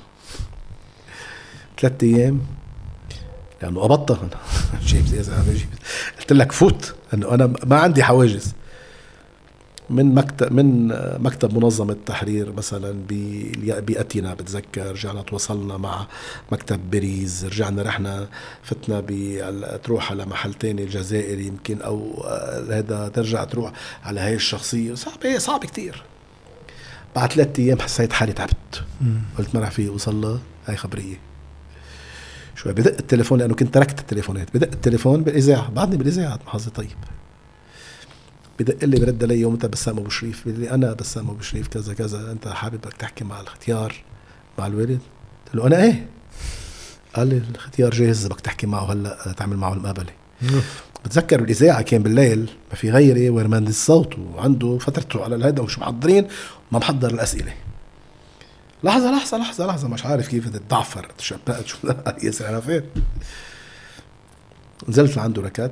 3 ايام لانه قبضتها انا. قلت لك فوت انه انا ما عندي حواجز. من مكتب منظمة التحرير مثلا بأتينا بتذكر، رجعنا تواصلنا مع مكتب باريس، رجعنا رحنا فتنا تروح على محل تاني الجزائر يمكن، او هذا ترجع تروح على هاي الشخصية. صعب كتير. بعد 3 ايام حسيت حالي تعبت. قلت ما رح في اوصل لها هاي خبرية. شوي بدق التليفون لانه كنت تركت التليفونات، بدق التليفون بالاذاعه، بعدني بالاذاعه محظي طيب. بدق لي برد علي يومتها بسام ابو شريف، بيقول لي انا بسام ابو شريف كذا كذا، انت حابب تحكي مع الاختيار مع الوالد؟ قلت له انا ايه. قال لي الاختيار جاهز بدك تحكي معه هلا تعمل معه المقابله. بتذكر بالاذاعه كان بالليل ما في غيري وير مهندس الصوت وعنده فترته على الهيدا ومش محضرين وما محضر الاسئله. لحظة مش عارف كيف تتضعفر تشبقت شو ياسر عرفات. نزلت لعنده ركض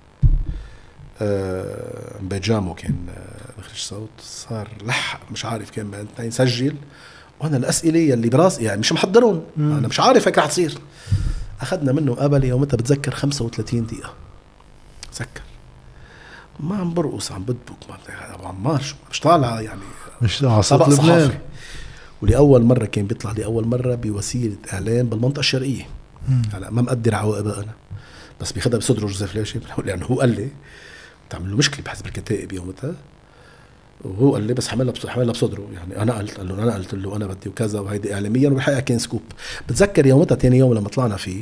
بيجامو كان بخرج صوت، صار لحق مش عارف كان بين سجل، وانا الاسئله يلي براسي يعني مش محضرون، انا مش عارف هيك رح تصير. اخذنا منه قبل يومتها بتذكر 35 دقيقه. تذكر ما عم برقص، عم بدبك ما مش طالعه يعني، مش طبق صحافي. ولأول مرة كان بيطلع لأول مرة بوسيلة إعلام بالمنطقة الشرقية. هلا ما مقدر عواقبها أنا، بس بياخدها بصدره جوزيف الهاشم لأنه هو قال لي تعمل له مشكلة بحسب الكتائب يومتها، وهو قال لي بس حملها بصدره. يعني أنا قلت له أنا بدي وكذا وهيدي إعلاميا، والحقيقة كان سكوب. بتذكر يومتها تاني يوم لما طلعنا فيه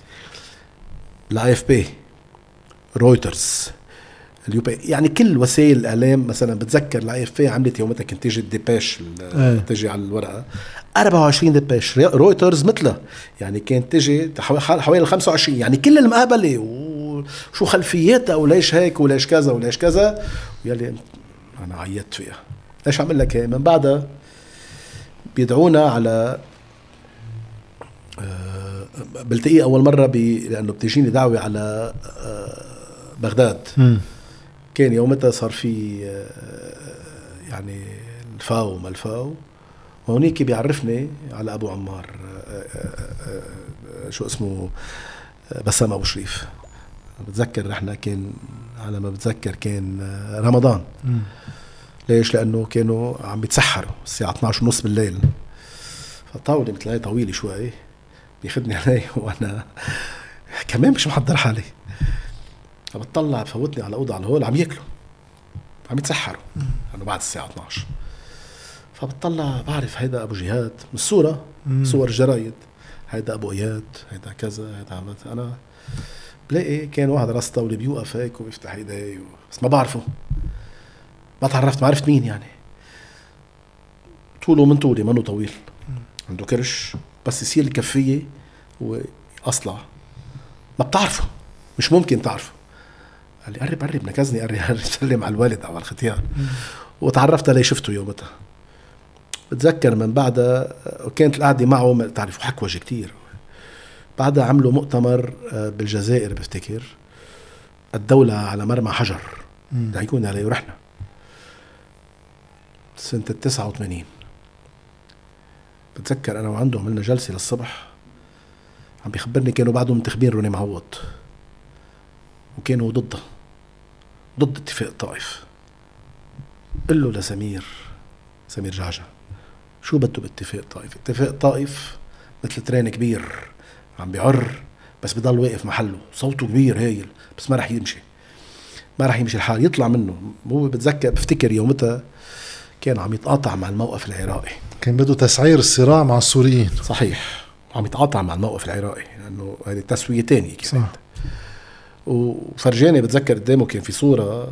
AFP رويترز يعني كل وسائل الاعلام. مثلا بتذكر AFP عملت يومتها كنت تيجي الديباش تيجي على الورقه 24 ديباش، رويترز مثلها يعني كانت تيجي حوالي 25، يعني كل المقابله وشو خلفياتها وليش هيك وليش كذا وليش كذا. يلي انا عيطت فيها. ليش عمل لك من بعدها بيدعونا على بلتقي اول مره لانه بتجيني دعوه على بغداد. كان يومتها صار في يعني الفاو وما الفاو، وهونيك بيعرفني على أبو عمار شو اسمه بسام أبو شريف. بتذكر رحنا كان على ما بتذكر كان رمضان. ليش؟ لأنه كانوا عم بيتسحروا الساعة 12:30 بالليل، فطاولة مثل هاي طويلة شوي بياخدني علي وأنا كمان مش محضر حالي. فبتطلع بفوتني على أوضة على الهول عم يأكلوا عم يتسحروا لأنه بعد الساعة 12. فبتطلع بعرف هيدا أبو جهاد من الصورة صور الجرايد، هيدا أبو إياد، هيدا كذا، هيدا عملت. أنا بلاقي كان واحد راس طاولة بيوقف هيك ويفتح ايديه بس ما بعرفه، ما تعرفت، ما عرفت مين يعني. طوله من طولي، منه طويل، عنده كرش بس يصير الكفية وأصلع، ما بتعرفه مش ممكن تعرفه. قال لي قرب نكزني، قرب سلم على الوالد او على الختيان. وتعرفت عليه، شفته يومتها. بتذكر من بعدها كانت القعدة معه، تعرفوا حكوجة كتير. بعدها عملوا مؤتمر بالجزائر بفتكر، الدولة على مرمى حجر، دعيكون عليه. ورحنا سنة 89. بتذكر أنا وعنده عملنا جلسة للصبح، عم بيخبرني كانوا بعدهم منتخبين روني معوض، وكانوا ضد اتفاق الطائف. قل له لسمير جعجع شو بده باتفاق الطائف؟ اتفاق الطائف مثل ترين كبير عم بيعر، بس بضل واقف محله، صوته كبير هايل، بس ما رح يمشي الحال، يطلع منه. هو بفتكر يومتها كان عم يتقاطع مع الموقف العراقي، كان بده تسعير الصراع مع السوريين. صحيح، عم يتقاطع مع الموقف العراقي لأنه هذه تسوية تانية كانت. وفرجاني بتذكر قدامه كان في صورة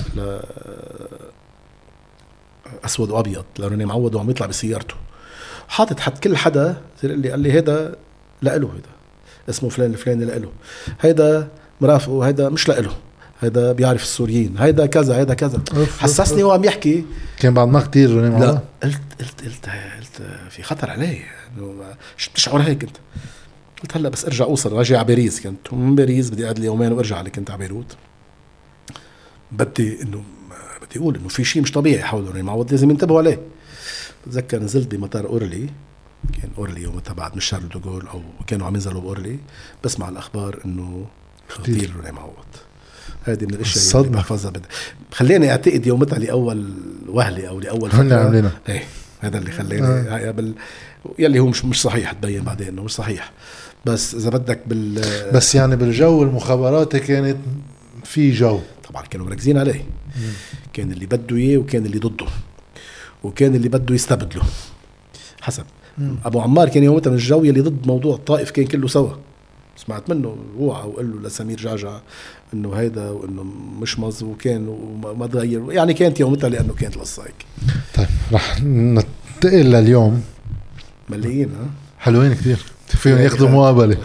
أسود وأبيض لروني معوض وعم يطلع بسيارته، حاطط حد كل حدا اللي قال لي هيدا لإله، هيدا اسمه فلان الفلاني لإله، هيدا مرافقه، هيدا مش لإله، هيدا بيعرف السوريين، هيدا كذا، هيدا كذا. حسسني وعم يحكي. كان بعد ما كتير روني معوض. لا قلت في خطر عليه، انه تشعر هيك انت. قلت هلا بس ارجع اوصل، راجع على باريس، كنت من باريس بدي اقعد لي يومين وارجع على كنت على بيروت. بدي اقول انه في شيء مش طبيعي حول روني معوض، لازم ينتبهوا عليه. بتذكر نزلت بمطار اورلي، كان اورلي يومتها بعد مش شارل دوغول، او كانوا عم ينزلوا باورلي، بسمع الاخبار انه خطير روني معوض. هذه من الاشياء اللي بحفظها، خليني اعتقد يومتها لاول وهله او لاول فتره. ايه هذا اللي خلاني يلي هو مش صحيح، تبين بعدين انه مش صحيح. بس اذا بدك بس يعني بالجو المخابراتي كانت في جو، طبعا كانوا مركزين عليه. كان اللي بده اياه وكان اللي ضده، وكان اللي بده يستبدله حسب. ابو عمار كان يومتها من الجو يلي ضد موضوع الطائف، كان كله سوا. سمعت منه روح وقال له لسمير جعجع انه هيدا وانه مش مظبوط، وكان وما تغير يعني. كانت يومتها لانه كانت القصه هيك. طيب رح ننتقل لليوم. مليين حلوين كتير، فيهم ياخذوا مقابله.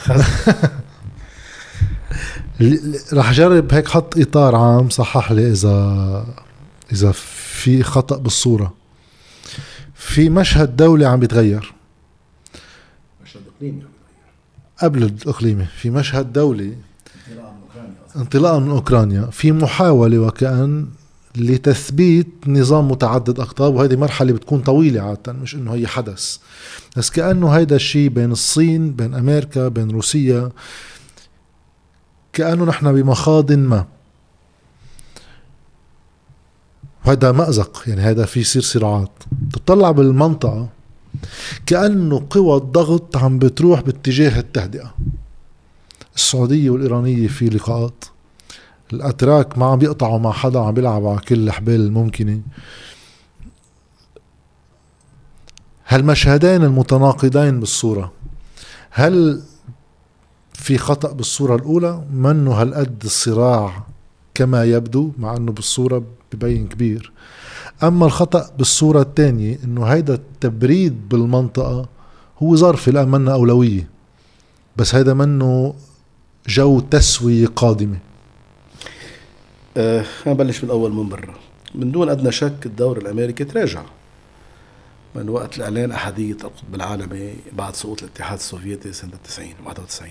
رح جرب هيك حط اطار عام، صحح لي اذا في خطأ بالصوره. في مشهد دولي عم بيتغير، مشهد اقليمي قبل الإقليمي، في مشهد دولي انطلاقا من أوكرانيا، في محاولة وكأن لتثبيت نظام متعدد أقطاب، وهذه مرحلة بتكون طويلة عادة، مش إنه هي حدث، بس كأنه هيدا الشيء بين الصين، بين أمريكا، بين روسيا، كأنه نحن بمخاض ما، وهذا مأزق يعني، هذا في يصير صراعات. تطلع بالمنطقة كأنه قوى الضغط عم بتروح باتجاه التهدئة. السعودية والإيرانية في لقاءات، الأتراك ما عم بيقطعوا مع حدا، عم بيلعبوا على كل الحبال الممكنة. هالمشهدين المتناقضين بالصورة، هل في خطأ بالصورة الأولى؟ منه هالقد الصراع كما يبدو، مع أنه بالصورة ببين كبير. أما الخطأ بالصورة الثانية، إنه هيدا التبريد بالمنطقة هو ظرف الآن منه أولوية، بس هيدا منه جو تسوية قادمة. نبلش من أول من برا. من دون أدنى شك الدور الأمريكي تراجع من وقت الإعلان أحدية القطب العالمي بعد سقوط الاتحاد السوفيتي سنة 91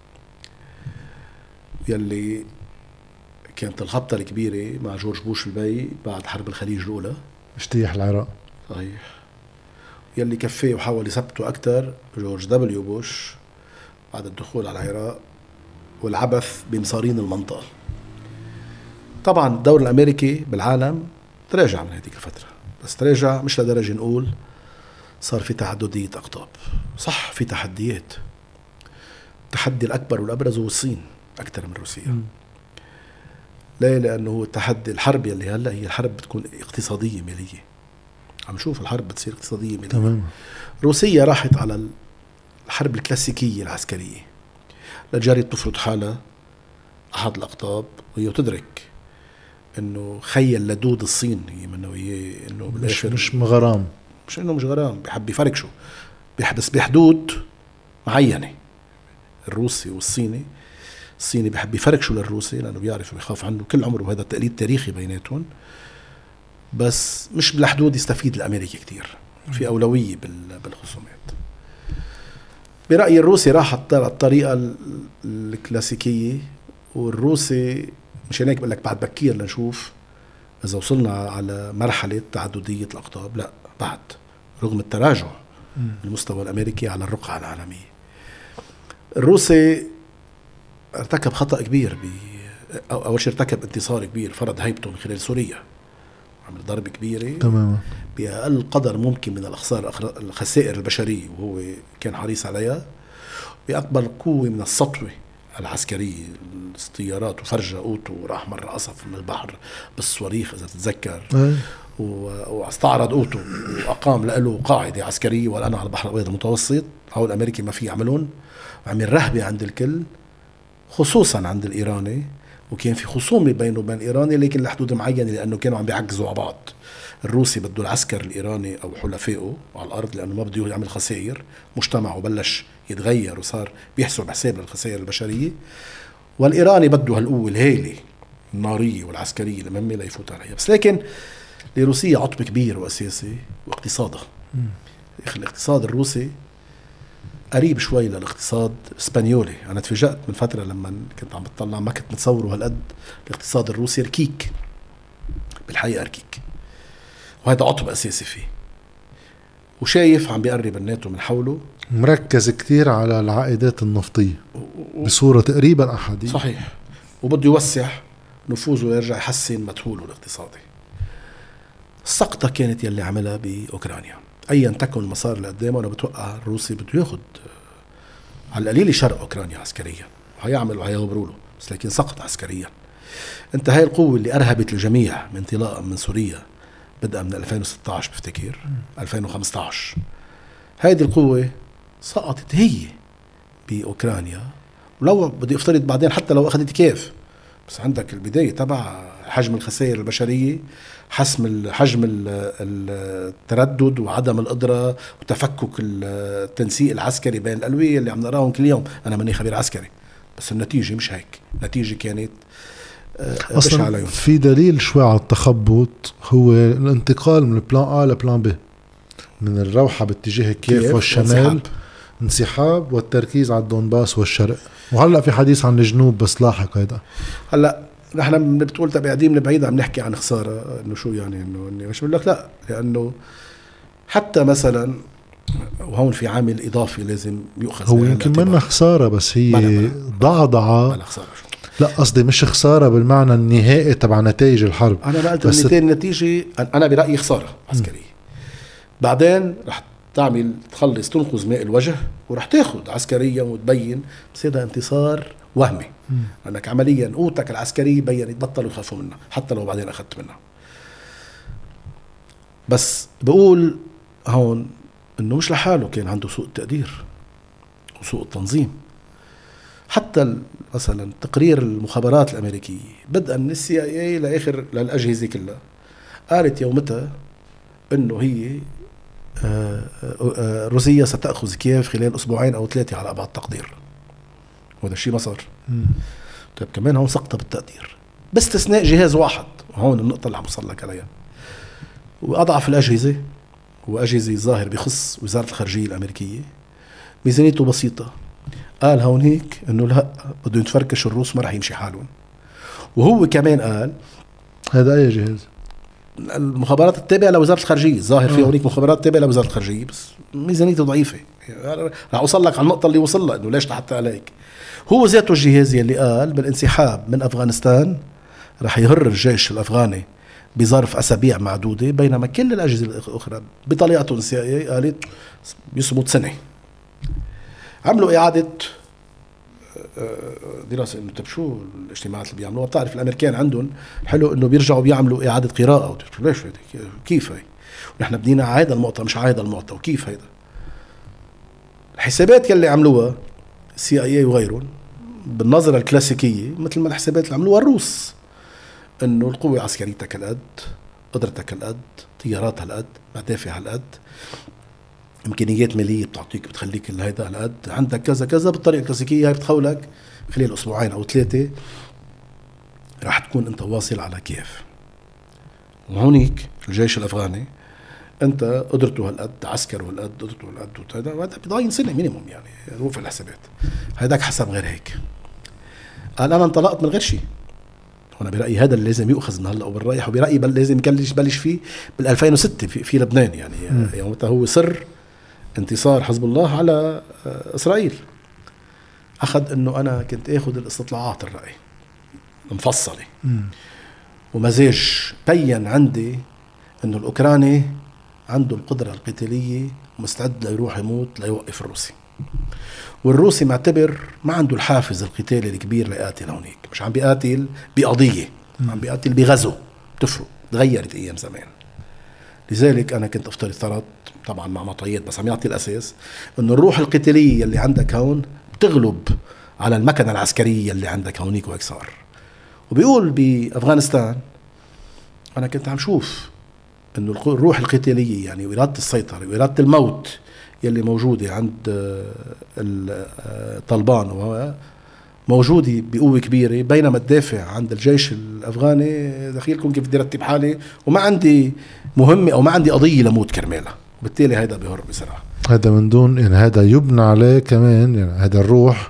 يلي كانت الخبطة الكبيرة مع جورج بوش البي بعد حرب الخليج الأولى، اجتياح العراق. صحيح. يلي كفيه وحاول يثبته أكتر جورج دبليو بوش بعد الدخول على العراق والعبث بمصارين المنطقة. طبعا الدور الأمريكي بالعالم تراجع من هذه الفترة، بس تراجع مش لدرجة نقول صار في تعددية أقطاب. صح في تحديات، التحدي الأكبر والأبرز هو الصين أكتر من روسيا. ليه؟ لأنه التحدي الحرب يلي هلأ هي الحرب بتكون اقتصادية مالية، عم نشوف الحرب بتصير اقتصادية مالية. تمام. روسيا راحت على الحرب الكلاسيكية العسكرية لجرت تفرض حالها أحد الأقطاب، وهي تدرك إنه خيل لدود الصين هي منه وياه إنه بالآخر مش غرام، مش إنه مش غرام، بيحب يفركشوا، بيحبس بحدود معينة. الروسي والصيني الصيني بيحب يفركشوا للروسي لأنه بيعرف ويخاف عنه كل عمره، وهذا تقليد تاريخي بيناتهم، بس مش بالحدود يستفيد الأمريكي كتير، في أولوية بالخصومات. برأيي الروسي راح الطريقة الكلاسيكية، والروسي مش هيك بقول لك بعد بكير لنشوف إذا وصلنا على مرحلة تعددية الأقطاب. لا بعد، رغم التراجع المستوى الأمريكي على الرقعة العالمية. الروسي ارتكب خطأ كبير أول شيء ارتكب انتصار كبير، فرض هيبته من خلال سوريا، عمل ضربة كبيرة تماما بأقل قدر ممكن من الخسائر البشرية، وهو كان حريص عليها، بأكبر قوة من السطوة العسكرية، الطيارات، وفرجة أوتو راح مرة قصف من البحر بالصواريخ إذا تتذكر، واستعرض أوتو وأقام له قاعدة عسكرية والآن على البحر الأبيض المتوسط. هو الأمريكي ما فيه يعملون، وعمل رهبة عند الكل خصوصا عند الإيراني، وكان في خصومة بينه وبين الإيراني لكن لحدود معينة، لأنه كانوا عم بيعجزوا على بعض. الروسي بده العسكر الإيراني أو حلفائه على الأرض لأنه ما بده يعمل خسائر، مجتمعه بلش يتغير وصار بيحسب حساب للخسائر البشرية، والإيراني بده هالقوة الهائلة النارية والعسكرية المهمة ليفوت عليها. بس لكن لروسيا عطب كبير وأساسي واقتصادها. الاقتصاد الروسي قريب شوي للاقتصاد الاسبانيولي. أنا تفاجأت من فترة لما كنت عم بتطلع، ما كنت متصوره هالقد. الاقتصاد الروسي ركيك، بالحقيقة ركيك، وهذا عطب أساسي فيه. وشايف عم بيقرب الناتو من حوله، مركز كتير على العائدات النفطية بصورة تقريبا أحادية. صحيح، وبده يوسع نفوذه ويرجع يحسن مدخوله الاقتصادي. السقطة كانت يلي عملها بأوكرانيا، أيا تكن المسار اللي قدامه. أنا بتوقع الروسي بده ياخد على القليل شرق أوكرانيا عسكريا، وهيعمل وهيغبروا له، بس لكن سقط عسكريا. انت هاي القوة اللي أرهبت الجميع من انطلاقا من سوريا بدأ من 2016 بفتكر 2015، هذه القوة سقطت هي بأوكرانيا. ولو بدي افترض بعدين حتى لو أخذت كيف، بس عندك البداية تبع حجم الخسائر البشرية، حجم التردد وعدم القدرة وتفكك التنسيق العسكري بين الألوية اللي عم نراهم كل يوم. أنا ماني خبير عسكري، بس النتيجة مش هيك. النتيجة كانت أصلا في دليل شوي على التخبط، هو الانتقال من البلان A لبلان B، من الروحة باتجاه كييف والشمال، انسحاب والتركيز على الدونباس والشرق، وهلأ في حديث عن الجنوب بس لاحق. هيدا هلأ نحن بتقول قاعدين من بعيد عم نحكي عن خسارة، إنه شو يعني، إنه مش بقول لك لا، لأنه حتى مثلا وهون في عامل إضافي لازم يؤخذ. هو يمكن منها خسارة، بس هي ضعضعة. لا قصدي مش خسارة بالمعنى النهائي تبع نتائج الحرب. أنا ما قلت النتيجة، أنا برأيي خسارة عسكرية. بعدين رح تعمل تخلص تنقذ ماء الوجه ورح تاخد عسكريا وتبين، بس هذا انتصار وهمي، لأنك عمليا قوتك العسكرية بينت بطلوا يخافوا منها حتى لو بعدين أخذت منها. بس بقول هون إنه مش لحاله كان عنده سوء التقدير وسوء التنظيم. حتى مثلا تقرير المخابرات الأمريكية بدءا من CIA لآخر للأجهزة كلها قالت يومتها إنه هي روسيا ستأخذ كييف خلال أسبوعين أو 3 على أبعد تقدير، وهذا الشيء ما صار. طيب كمان هون سقطة بالتقدير باستثناء جهاز واحد، وهون النقطة اللي عم وصل لك عليها، وأضعف الأجهزة وأجهزة الظاهر بخص وزارة الخارجية الأمريكية ميزانيته بسيطة. قال هون هيك إنه لا بده يتفركش الروس ما رح يمشي حالهم. وهو كمان قال هذا أي جهاز؟ المخابرات التابعة لوزارة الخارجية، ظاهر في هونيك مخابرات تابعة لوزارة الخارجية بس ميزانيته ضعيفة. رح أوصل لك على النقطة اللي وصل لها إنه ليش حتى عليك. هو ذاته الجهاز اللي قال بالانسحاب من أفغانستان رح يهر الجيش الأفغاني بظرف أسابيع معدودة، بينما كل الأجهزة الأخرى بطريقتهم CIA قالت يصمد سنة. عملوا إعادة دراسة إنه طب شو الاجتماعات اللي بيعملوها. بتعرف الأمريكان عندهم حلو إنه بيرجعوا بيعملوا إعادة قراءة، ليش كيف هي، ونحن بدينا عايدة المعطى مش عايدة المعطى، وكيف هيدا. الحسابات يلي عملوها CIA وغيرهم بالنظرة الكلاسيكية مثل ما الحسابات اللي عملوها الروس، إنه القوة عسكريتها هالقد، قدرتها هالقد، طياراتها هالقد، مدافع هالقد، امكانيات ماليه بتعطيك بتخليك هيدا هالقد، عندك كذا كذا بالطريقه الكلاسيكيه هاي بتخولك خلال اسبوعين او 3 راح تكون انت واصل على كيف. وهونيك الجيش الافغاني انت قدرته هالقد، عسكر هالقد، قدرته هالقد، وهذا بضاين سنه مينيموم يعني روح في الحسابات. هيداك حسب غير هيك. قال انا انطلقت من غير شيء. وانا برايي هذا اللي لازم يؤخذ من هلا وبالرايح، وبرايي لازم يبلش فيه بال 2006 في لبنان يعني يومتها هو سر انتصار حزب الله على اسرائيل. اخذ انه انا كنت اخذ الاستطلاعات الراي مفصله ومزاج بين عندي انه الاوكراني عنده القدره القتاليه ومستعد ليروح يموت ليوقف الروسي، والروسي معتبر ما عنده الحافز القتالي الكبير ليقاتل هونيك، مش عم بيقاتل بقضيه، عم بيقاتل بغزو. تفرق، تغيرت ايام زمان. لذلك انا كنت افترض طبعا مع معطيات بس عم يعطي الاساس انه الروح القتاليه اللي عندك هون بتغلب على المكنه العسكريه اللي عندك هونيك وهيك صار. وبيقول بافغانستان انا كنت عم شوف انه الروح القتاليه يعني واراده السيطره واراده الموت يلي موجوده عند الطالبان وهو موجوده بقوه كبيره، بينما الدافع عند الجيش الافغاني دخيلكم كيف بدي ارتب حالي وما عندي مهمه او ما عندي قضيه لموت كرمالها، وبالتالي هيدا بيهر بسرعه. هذا من دون يعني هذا يبنى عليه كمان يعني هذا الروح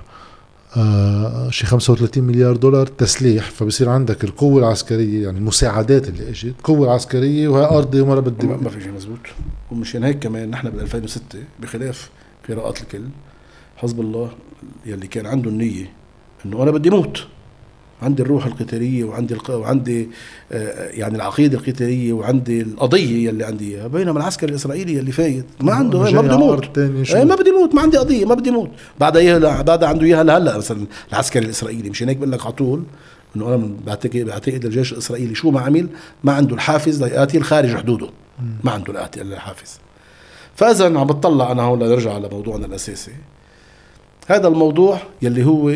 شي 35 مليار دولار تسليح، فبصير عندك القوة العسكرية يعني المساعدات اللي اجت قوة عسكرية وهي أرضي وما بدي ما في شيء مزبوط. ومشان هيك كمان نحن بال 2006 بخلاف قراءات الكل حزب الله يلي كان عنده النية انه انا بدي موت، عندي الروح القتالية وعندي يعني العقيدة القتالية وعندي القضية يلي عندي اياها، بينما العسكري الإسرائيلي يلي فايت ما عنده ما بدي موت، ما بدي موت، ما عندي قضية، ما بدي موت، بعد عنده اياها لهلا مثلا العسكري الإسرائيلي. مشان هيك بقول لك على طول انه انا بعتقد الجيش الإسرائيلي شو ما عمل ما عنده الحافز ليقاتل خارج حدوده، ما عنده الحافز. فإذا عم بتطلع انا هون لنرجع على موضوعنا الأساسي، هذا الموضوع يلي هو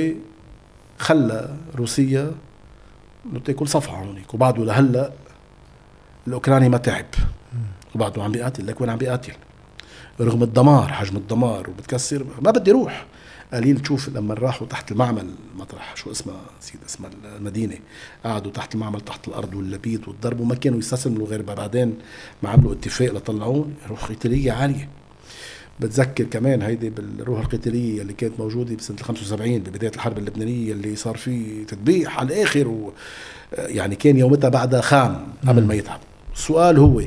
خلى روسيا تاكل صفعة هونيك، وبعده لهلا الأوكراني ما تعب وبعده عم بيقاتل. لك وين عم بيقاتل رغم الدمار، حجم الدمار وبتكسر، ما بدي روح. قليل تشوف لما راحوا تحت المعمل مطرح شو اسمها نسيت اسمها المدينة، قعدوا تحت المعمل تحت الأرض واللبيت والضرب وما كانوا يستسلموا غير بعدين ما عملوا اتفاق لطلعون. روح قتالية عالية. بتذكر كمان هيدي بالروح القتالية اللي كانت موجودة بسنة 75 ببداية الحرب اللبنانية اللي صار فيه تذبيح على الآخر يعني كان يومتها بعدها خام قبل ما يتعب. السؤال هو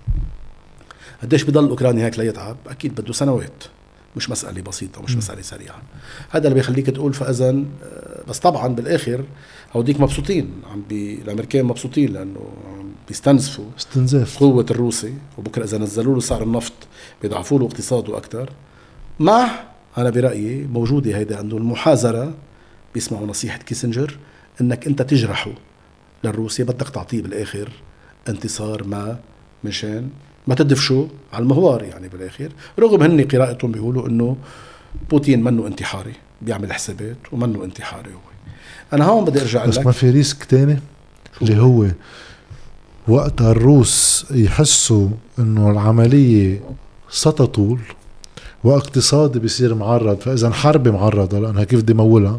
قديش بضل الأوكراني هيك ليتعب؟ أكيد بده سنوات، مش مسألة بسيطة ومش مسألة سريعة. هذا اللي بيخليك تقول فإذا بس طبعا بالآخر هوديك مبسوطين، الأمريكان مبسوطين لأنه بيستنزفوا استنزاف قوة الروسي، وبكرة إذا نزلوا له سعر النفط بيضعفوا له اقتصاده أكتر. مع أنا برأيي موجودة هيدا عنده المحاذرة، بيسمعوا نصيحة كيسنجر إنك أنت تجرحه للروسيا، بدك تعطيه بالآخر انتصار ما مشان ما تدفشوا على المهوار يعني بالآخر. رغم هن قراءتهم بيقولوا إنه بوتين منه انتحاري، بيعمل حسابات ومنه انتحاري هو. أنا هون بدي أرجع لك بس ما في ريسك تاني اللي هو وقت الروس يحسوا إنه العملية ستطول واقتصادي بيصير معرض، فإذا حرب معرضة لأنها كيف بدي مولها،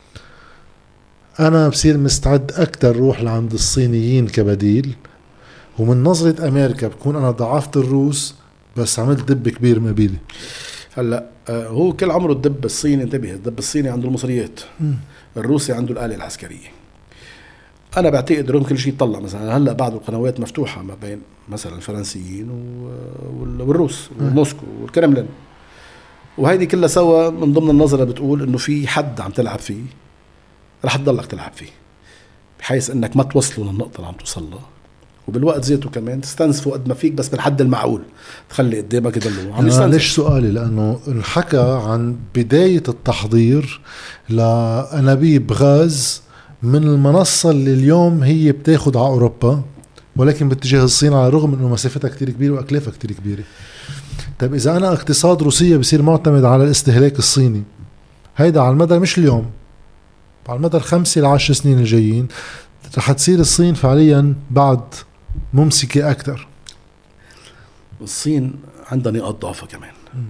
أنا بصير مستعد أكتر روح لعند الصينيين كبديل. ومن نظرة أمريكا بكون أنا ضعفت الروس بس عملت دب كبير مبيلي. هلا هو كل عمره الدب الصيني، انتبه، الدب الصيني عنده المصريات، الروسي عنده الآلة العسكرية. أنا بعتقد رغم كل شيء يطلع مثلا هلا بعض القنوات مفتوحة ما بين مثلا الفرنسيين والروس وموسكو والكرملين، وهيدي كلها سوا من ضمن النظرة بتقول إنه في حد عم تلعب فيه رح تضلك تلعب فيه، بحيث إنك ما توصلوا للنقطة اللي عم توصلها، وبالوقت ذاته كمان تستنزفوا قد ما فيك بس بالحد المعقول، تخلي قدامك يضلوا عم يستنزف. ليش سؤالي؟ لأنه انحكى عن بداية التحضير لأنابيب غاز من المنصة اللي اليوم هي بتاخد على أوروبا ولكن باتجاه الصين، على الرغم أنه مسافتها كتير كبيرة وأكلافها كتير كبيرة. طيب إذا أنا اقتصاد روسيا بصير معتمد على الاستهلاك الصيني، هيدا على المدى مش اليوم، على المدى 5 ل10 سنين الجايين رح تصير الصين فعليا بعد ممسكة أكتر. الصين عندها نقاط ضعفها كمان.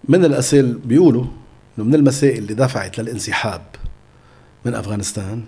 من الأسئلة بيقولوا إنه من المسائل اللي دفعت للانسحاب من أفغانستان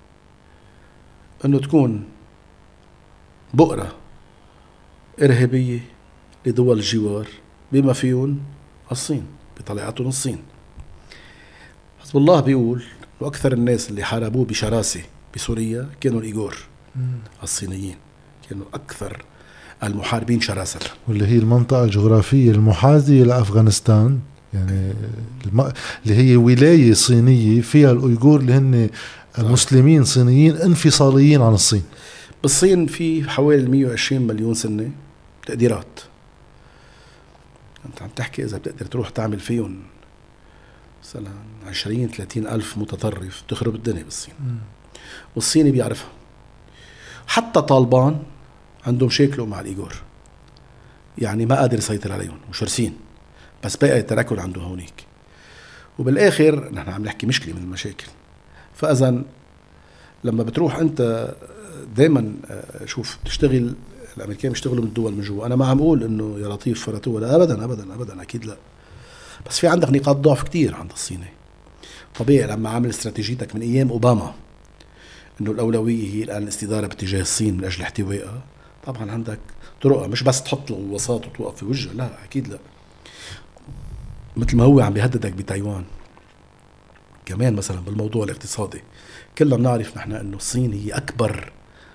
إنه تكون بؤرة إرهابية لدول الجوار بما فيهم الصين، بطليعتهم الصين. حزب الله بيقول وأكثر الناس اللي حاربوه بشراسة بسوريا كانوا الإيغور الصينيين، كانوا أكثر المحاربين شراسة، واللي هي المنطقة الجغرافية المحاذية لأفغانستان، يعني اللي هي ولاية صينية فيها الأيغور اللي هن مسلمين صينيين انفصاليين عن الصين. بالصين في حوالي 120 مليون سنة تقديرات، أنت عم تحكي إذا بتقدر تروح تعمل فيهم مثلا 20-30 ألف متطرف تخرب الدنيا بالصين. والصيني بيعرفها. حتى طالبان عندهم شكله مع الإيغور، يعني ما قادر يسيطر عليهم وشرسين، بس بقى يتركوا عنده هونيك. وبالآخر نحن عم نحكي مشكلة من المشاكل. فإذا لما بتروح أنت دايما شوف تشتغل، الأمريكان بيشتغلوا من الدول من جوا. أنا ما عم أقول إنه يا لطيف فرتوه، لا أبدا أبدا أبدا أكيد لا، بس في عندك نقاط ضعف كتير عند الصيني. طبيعي لما عامل استراتيجيتك من أيام أوباما إنه الأولوية هي الآن الاستدارة باتجاه الصين من أجل احتوائها، طبعا عندك طرقها، مش بس تحط له وساط وتوقف في وجهه، لا أكيد لا. مثل ما هو عم بيهددك بتايوان كمان مثلا بالموضوع الاقتصادي. كلنا بنعرف نحن إنه الصين هي أكبر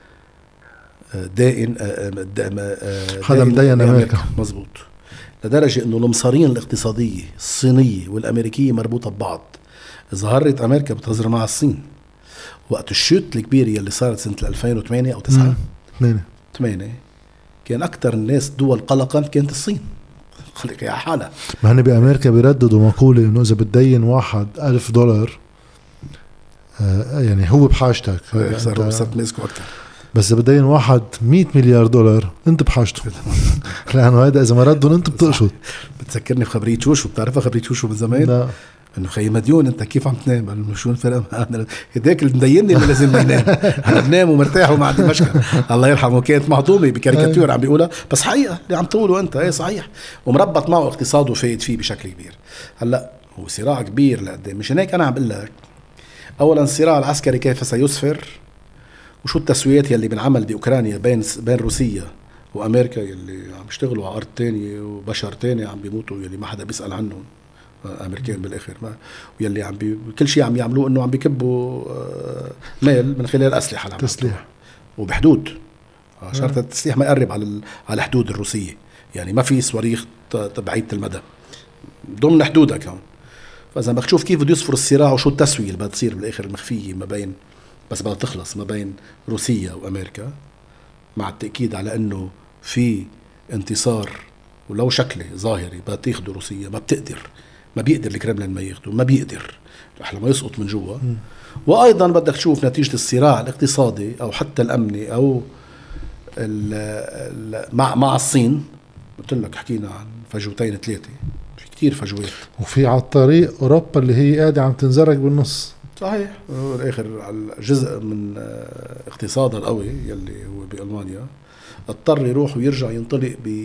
دائن هذا مدين أمريكا، مزبوط، لدرجة إنه المصارين الاقتصادية الصينية والأمريكية مربوطة ببعض. ظهرت أمريكا بتهزر مع الصين وقت الشوت الكبيرة اللي صارت سنة 2008 أو 2008 كان أكتر الناس دول قلقا كانت الصين. خليك يا حالة. ما هن بأمريكا بيرددوا مقولة إنه إذا بتدين واحد $1000 يعني هو بحاجتك، صارت ماسكوا أكتر. بس إذا بدين واحد $100 مليار أنت بحاجته لأنه هذا إذا ما ردهم أنت بتقشط. بتذكرني بخبرية شوشو، بتعرفها خبرية شوشو من زمان؟ لا. انه خي مديون انت كيف عم تنام؟ قال شو الفرق؟ هداك اللي مدينني اللي لازم ينام. انا بنام ومرتاح وما عندي مشكله. الله يرحمه كانت معطومه بكاريكاتير عم بيقولها، بس حقيقه اللي عم تقوله انت ايه صحيح، ومربط معه اقتصاده فايد فيه بشكل كبير. هلا هو صراع كبير لقدام، مشان هيك انا عم بقول لك اولا الصراع العسكري كيف سيسفر، وشو التسويات يلي بنعمل باوكرانيا بين روسيا وامريكا يلي عم يشتغلوا على ارض تانية وبشر تاني عم بيموتوا يلي ما حدا بيسال عنهم، امريكان بالاخر، ما ويلي عم كل شيء عم يعملوه انه عم بيكبوا مال من خلال اسلحه تسليح وبحدود شرط التسليح ما يقرب على حدود الروسيه، يعني ما في صواريخ بعيده المدى ضمن حدودك هون. فاذا بدك تشوف كيف بده يصفر الصراع وشو التسويه اللي بدها تصير بالاخر المخفيه ما بين، بس بدها تخلص ما بين روسيا وامريكا، مع التاكيد على انه في انتصار ولو شكله ظاهري بدها تاخده روسيا، ما بيقدر الكرملين ما ياخده، ما بيقدر رح لما يسقط من جوا. وايضا بدك تشوف نتيجه الصراع الاقتصادي او حتى الامني او مع الصين. قلت لك حكينا عن فجوتين 3، في كتير فجوات، وفي على الطريق اوروبا اللي هي قاعده عم تنزرق بالنص. صحيح، بالاخر على جزء من اقتصادها القوي يلي هو بألمانيا اضطر يروح ويرجع ينطلق ب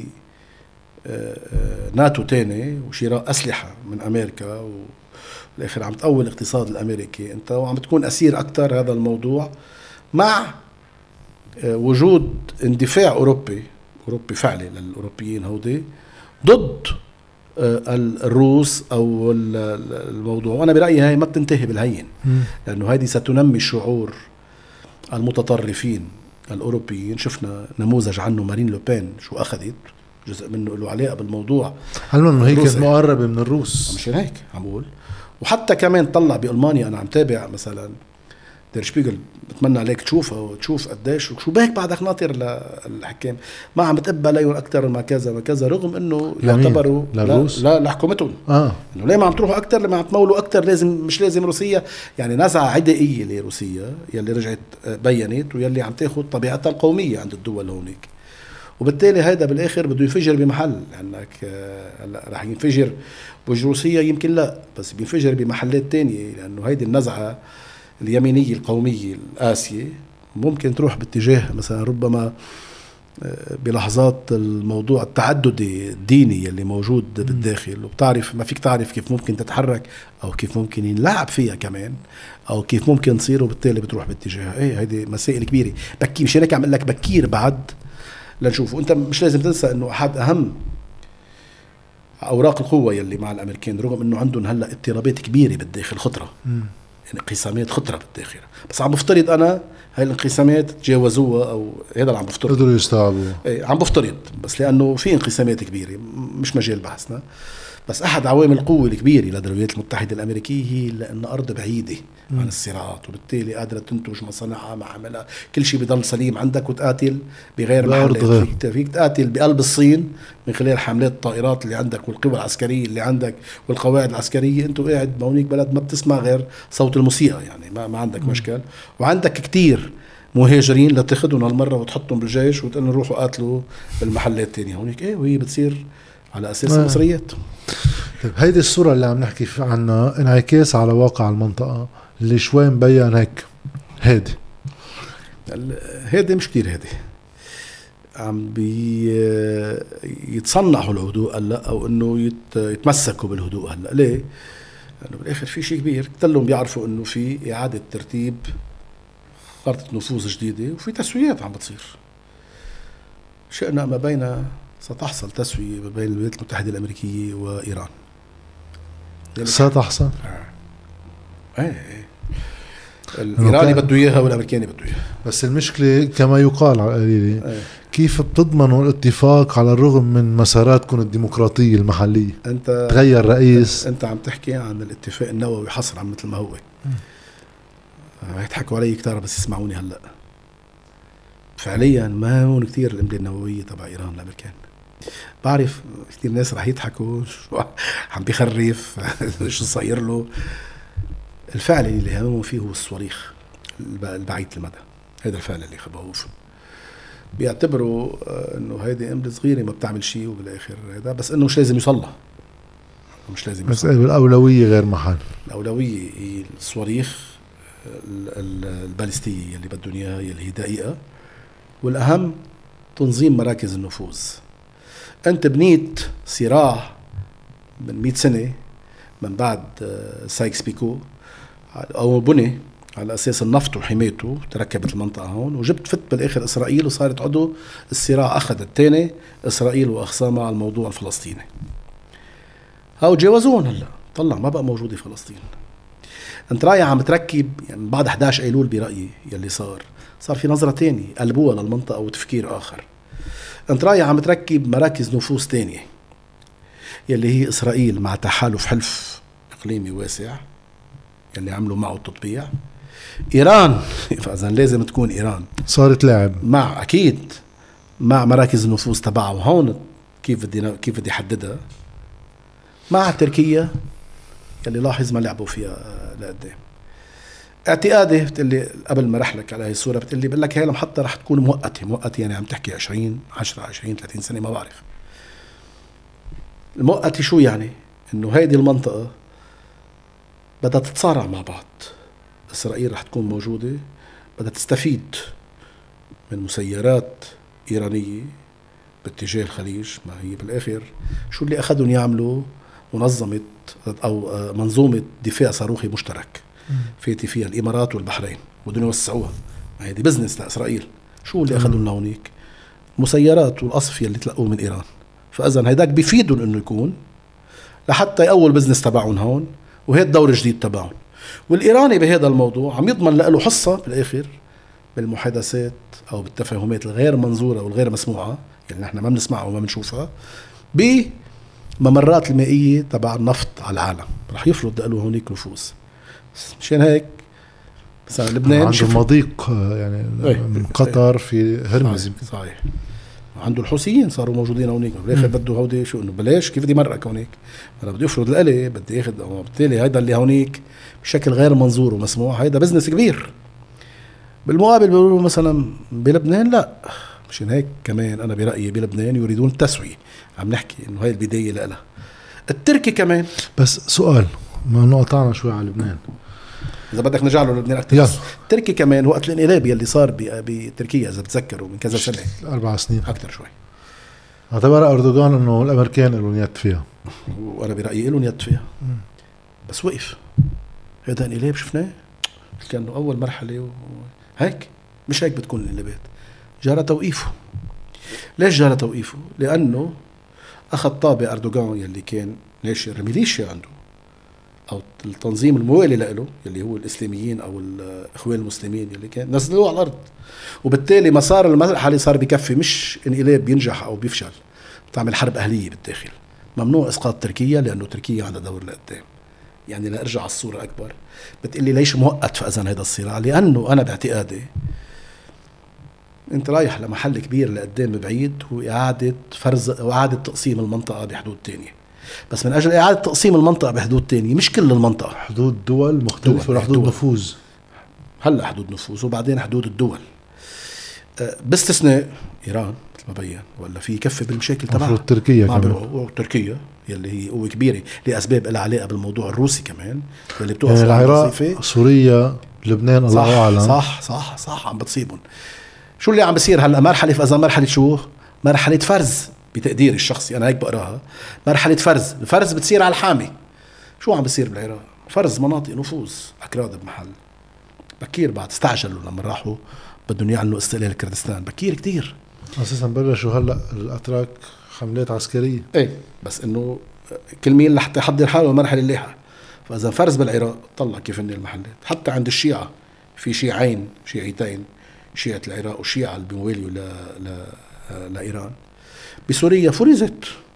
ناتو تاني وشراء أسلحة من أمريكا، والآخر عم تقوي الاقتصاد الأمريكي أنت، وعم تكون أسير أكتر هذا الموضوع مع وجود اندفاع أوروبي فعلي للأوروبيين هودي ضد الروس أو الموضوع. وأنا برأيي هاي ما بتنتهي بالهين، لأنه هذه ستنمي شعور المتطرفين الأوروبيين. شفنا نموذج عنه مارين لوبين شو أخذت، جزء منه له علاقة بالموضوع، علما انه هي كانت مقربة من الروس، مشان هيك عم بقول. وحتى كمان طلع بألمانيا، انا عم تابع مثلا دير شبيغل، بتمنى عليك تشوفها وتشوف قديش وشو بهيك بعدك ناطر للحكام ما عم بتقبل عليهم اكثر ما كذا ما كذا، رغم انه يعتبروا للروس لا لحكومتهم انه ليه ما عم تروحوا اكثر، لما عم تمولوا اكثر لازم، مش لازم روسيا، يعني نزعه عدائيه لروسيا يلي رجعت بينت ويلي عم تاخذ طبيعتها القوميه عند الدول هونيك. وبالتالي هذا بالاخر بده ينفجر بمحل، لانك رح ينفجر بوجه روسيا يمكن لا، بس بينفجر بمحلات تانية، لانه هيدي النزعه اليمينيه القوميه القاسيه ممكن تروح باتجاه مثلا ربما بلحظات الموضوع التعددي الديني اللي موجود بالداخل، وبتعرف ما فيك تعرف كيف ممكن تتحرك أو كيف ممكن ينلعب فيها كمان أو كيف ممكن تصير، وبالتالي بتروح باتجاه. إيه هيدي مسائل كبيرة بكي، مش هيك عم أقول لك بكير بعد لنشوفه. أنت مش لازم تنسى إنه أحد أهم أوراق القوة يلي مع الأمريكان، رغم إنه عندهم هلا اضطرابات كبيرة بالداخل خطرة، يعني انقسامات خطرة بالداخل، بس عم بفترض أنا هاي الانقسامات تجاوزوها، أو هذا اللي عم بفترض قدروا يستوعبوا. إيه عم بفترض، بس لأنه في انقسامات كبيرة مش مجال بحثنا. بس أحد عوامل القوة الكبيرة لدى الولايات المتحدة الأمريكية هي لأن أرض بعيدة عن الصراعات، وبالتالي قادرة تنتج مصانعها معاملها، كل شيء بضل سليم عندك، وتقاتل بغير محلات. فيك تقاتل بقلب الصين من خلال حملات الطائرات اللي عندك والقوى العسكرية اللي عندك والقواعد العسكرية. انتو قاعد بهونيك بلد ما بتسمع غير صوت الموسيقى، يعني ما عندك مشكل، وعندك كتير مهاجرين لتاخدهم هالمرة وتحطهم بالجيش وتقول روحوا قاتلوا بالمحلات الثانية هونيك. ايه وهي بتصير على أساس المصريات. طيب هيدي الصورة اللي عم نحكي عنها انعكاس على واقع المنطقة اللي شوي مبين هيك هادي مش كتير هادي، عم يتصنعوا الهدوء هلا، او انه يتمسكوا بالهدوء هلا. ليه؟ لانه بالاخر في شيء كبير، كلهم بيعرفوا انه في اعادة ترتيب خارطة نفوذ جديدة وفي تسويات عم بتصير. شئنا ما بين ستحصل تسوية بين الولايات المتحدة الأمريكية وإيران. ستحصل؟ الإيراني بده إياها والأمريكاني بده إياها. بس المشكلة كما يقال على القليلة كيف بتضمنوا الاتفاق على الرغم من مساراتكم الديمقراطية المحلية؟ أنت تغير رئيس. أنت عم تحكي عن الاتفاق النووي حصر عن مثل ما هو. يضحكوا علي كتار بس يسمعوني هلأ. فعليا ما هون كتير القنبلة النووية تبع إيران الأمريكان. بعرف كتير ناس رح يضحكوا عم بيخرف شو صاير له. الفعل اللي همهم فيه هو الصواريخ البعيد المدى. هذا الفعل اللي خبوف بيعتبروا انه هيدي قنبلة صغيرة ما بتعمل شيء، وبالاخر هذا بس انه مش لازم يوصلها، مش لازم بس الأولوية غير محل. الأولوية هي الصواريخ البالستية اللي بدهم اياها اللي هي دقيقة، والأهم تنظيم مراكز النفوذ. أنت بنيت صراع من 100 سنة من بعد سايكس بيكو، أو بني على أساس النفط وحمايته، تركبت المنطقة هون وجبت فت بالآخر إسرائيل وصارت عضو الصراع. أخذ الثاني إسرائيل وأخصامها على الموضوع الفلسطيني. هاو جاوزون هلا طلع ما بقى موجودة فلسطين. أنت رايح عم تركب يعني بعد 11 أيلول برأيي يلي صار في نظرة تانية قلبوها للمنطقة وتفكير آخر. أنت رايح عم تركب مراكز نفوذ تانية يلي هي إسرائيل مع تحالف حلف إقليمي واسع يلي عملوا معه التطبيع. إيران فإذا لازم تكون إيران صارت لاعب مع أكيد مع مراكز النفوذ تبعه. وهون كيف بدي أحددها مع تركيا يلي لاحظ ما لعبوا فيها لقدام. اعتقادي بتقلي قبل ما رحلك على هاي الصورة بتقلي بقول لك هاي المحطة رح تكون مؤقتة يعني عم تحكي 20 30 سنة ما بعرف. المؤقتة شو يعني؟ إنه هيدي المنطقة بدها تتصارع مع بعض. إسرائيل رح تكون موجودة، بدها تستفيد من مسيرات إيرانية باتجاه الخليج. ما هي بالآخر شو اللي أخذهم يعملوا منظمة أو منظومة دفاع صاروخي مشترك فيتي فيها الإمارات والبحرين بدهم يوسعوها. ما هي دي بزنس لإسرائيل. شو اللي أخذوا لنا هونيك؟ مسيرات والأصفية اللي تلقوه من إيران. فإذا هيداك بيفيدهم إنه يكون لحتى يقووا البزنس تبعهم هون، وهي الدور الجديد تبعهم. والإيراني بهذا الموضوع عم يضمن له حصة بالآخر بالمحادثات أو بالتفاهمات الغير منظورة والغير مسموعة يعني نحن ما بنسمعها وما بنشوفها بممرات المائية تبع النفط على العالم. رح يفرض له هونيك نفوذ. مشان هيك مثلا لبنان عنده مضيق يعني من قطر في هرمز. صحيح. عنده الحوثيين صاروا موجودين هونيك. بالاخر بده هودي شو انه بلاش كيف بدي مرق هونيك، انا بدي افرض الالي بدي ياخذ. وبالتالي هيدا اللي هونيك بشكل غير منظور ومسموع هيدا بزنس كبير. بالمقابل بيقولوا مثلا بلبنان لا. مشان هيك كمان انا برايي بلبنان يريدون التسويه. عم نحكي انه هاي البدايه لها. التركي كمان. بس سؤال ما نقطعنا شوي على لبنان. اذا بدك نرجع له لبنان اكثر. يلا. تركي كمان وقت الانقلاب يلي صار بتركيا اذا بتذكروا من كذا سنه 4 سنين اكثر شوي، اعتبر اردوغان انه الامريكان لهم يد فيها، وانا برايي لهم يد فيها بس وقف. هذا انقلاب شفناه كان اول مرحله هيك، مش هيك بتكون الانقلابات. جرى توقيفه. ليش جرى توقيفه؟ لانه اخذ طابع اردوغان يلي كان ناشر الميليشيا عنده او التنظيم الموالي له يلي هو الاسلاميين او الاخوان المسلمين يلي كان نزلوه على الارض، وبالتالي مسار المرحله صار بكفي، مش انقلاب بينجح او بيفشل، بتعمل حرب اهليه بالداخل. ممنوع اسقاط تركيا لانه تركيا عندها دور لقدام. يعني لارجع على الصوره اكبر، بتقلي ليش مؤقت في اذن هذا الصراع؟ لانه انا باعتقادي انت رايح لمحل كبير لقدام بعيد، واعاده فرز واعاده تقسيم المنطقه بحدود تانية. بس من اجل اعاده تقسيم المنطقه بحدود تانية، مش كل المنطقه، حدود دول مختلفه ولا حدود نفوذ. هلا حدود نفوذ وبعدين حدود الدول، باستثناء ايران مثل ما بين، ولا في كفه بالمشاكل تبعها تركيا كمان. تركيا يلي هي قوه كبيره لاسباب لها علاقه بالموضوع الروسي كمان، يلي بتوقف يعني العراق، سوريا، لبنان، الله اعلم. صح عم بتصيبهم. شو اللي عم بصير هلا؟ مرحله في اذا مرحله شو؟ مرحله فرز بتقديري الشخصي، انا هيك بقراها، مرحله فرز. الفرز بتصير على الحامي. شو عم بصير بالعراق؟ فرز مناطق نفوذ اكراد بمحل. بكير بعد استعجلوا لما راحوا بدهم يعلنوا استقلال كردستان، بكير كتير. اساسا بلشوا هلا الاتراك حملات عسكريه. ايه بس انه كل مين لحتى يحضر حاله المرحله اللاحقه. فاذا فرز بالعراق طلع كيف ان المحلات، حتى عند الشيعه في شيعتين، شيعة العراق وشيعة اللي بيموالوا لإيران. بسوريا فرزت،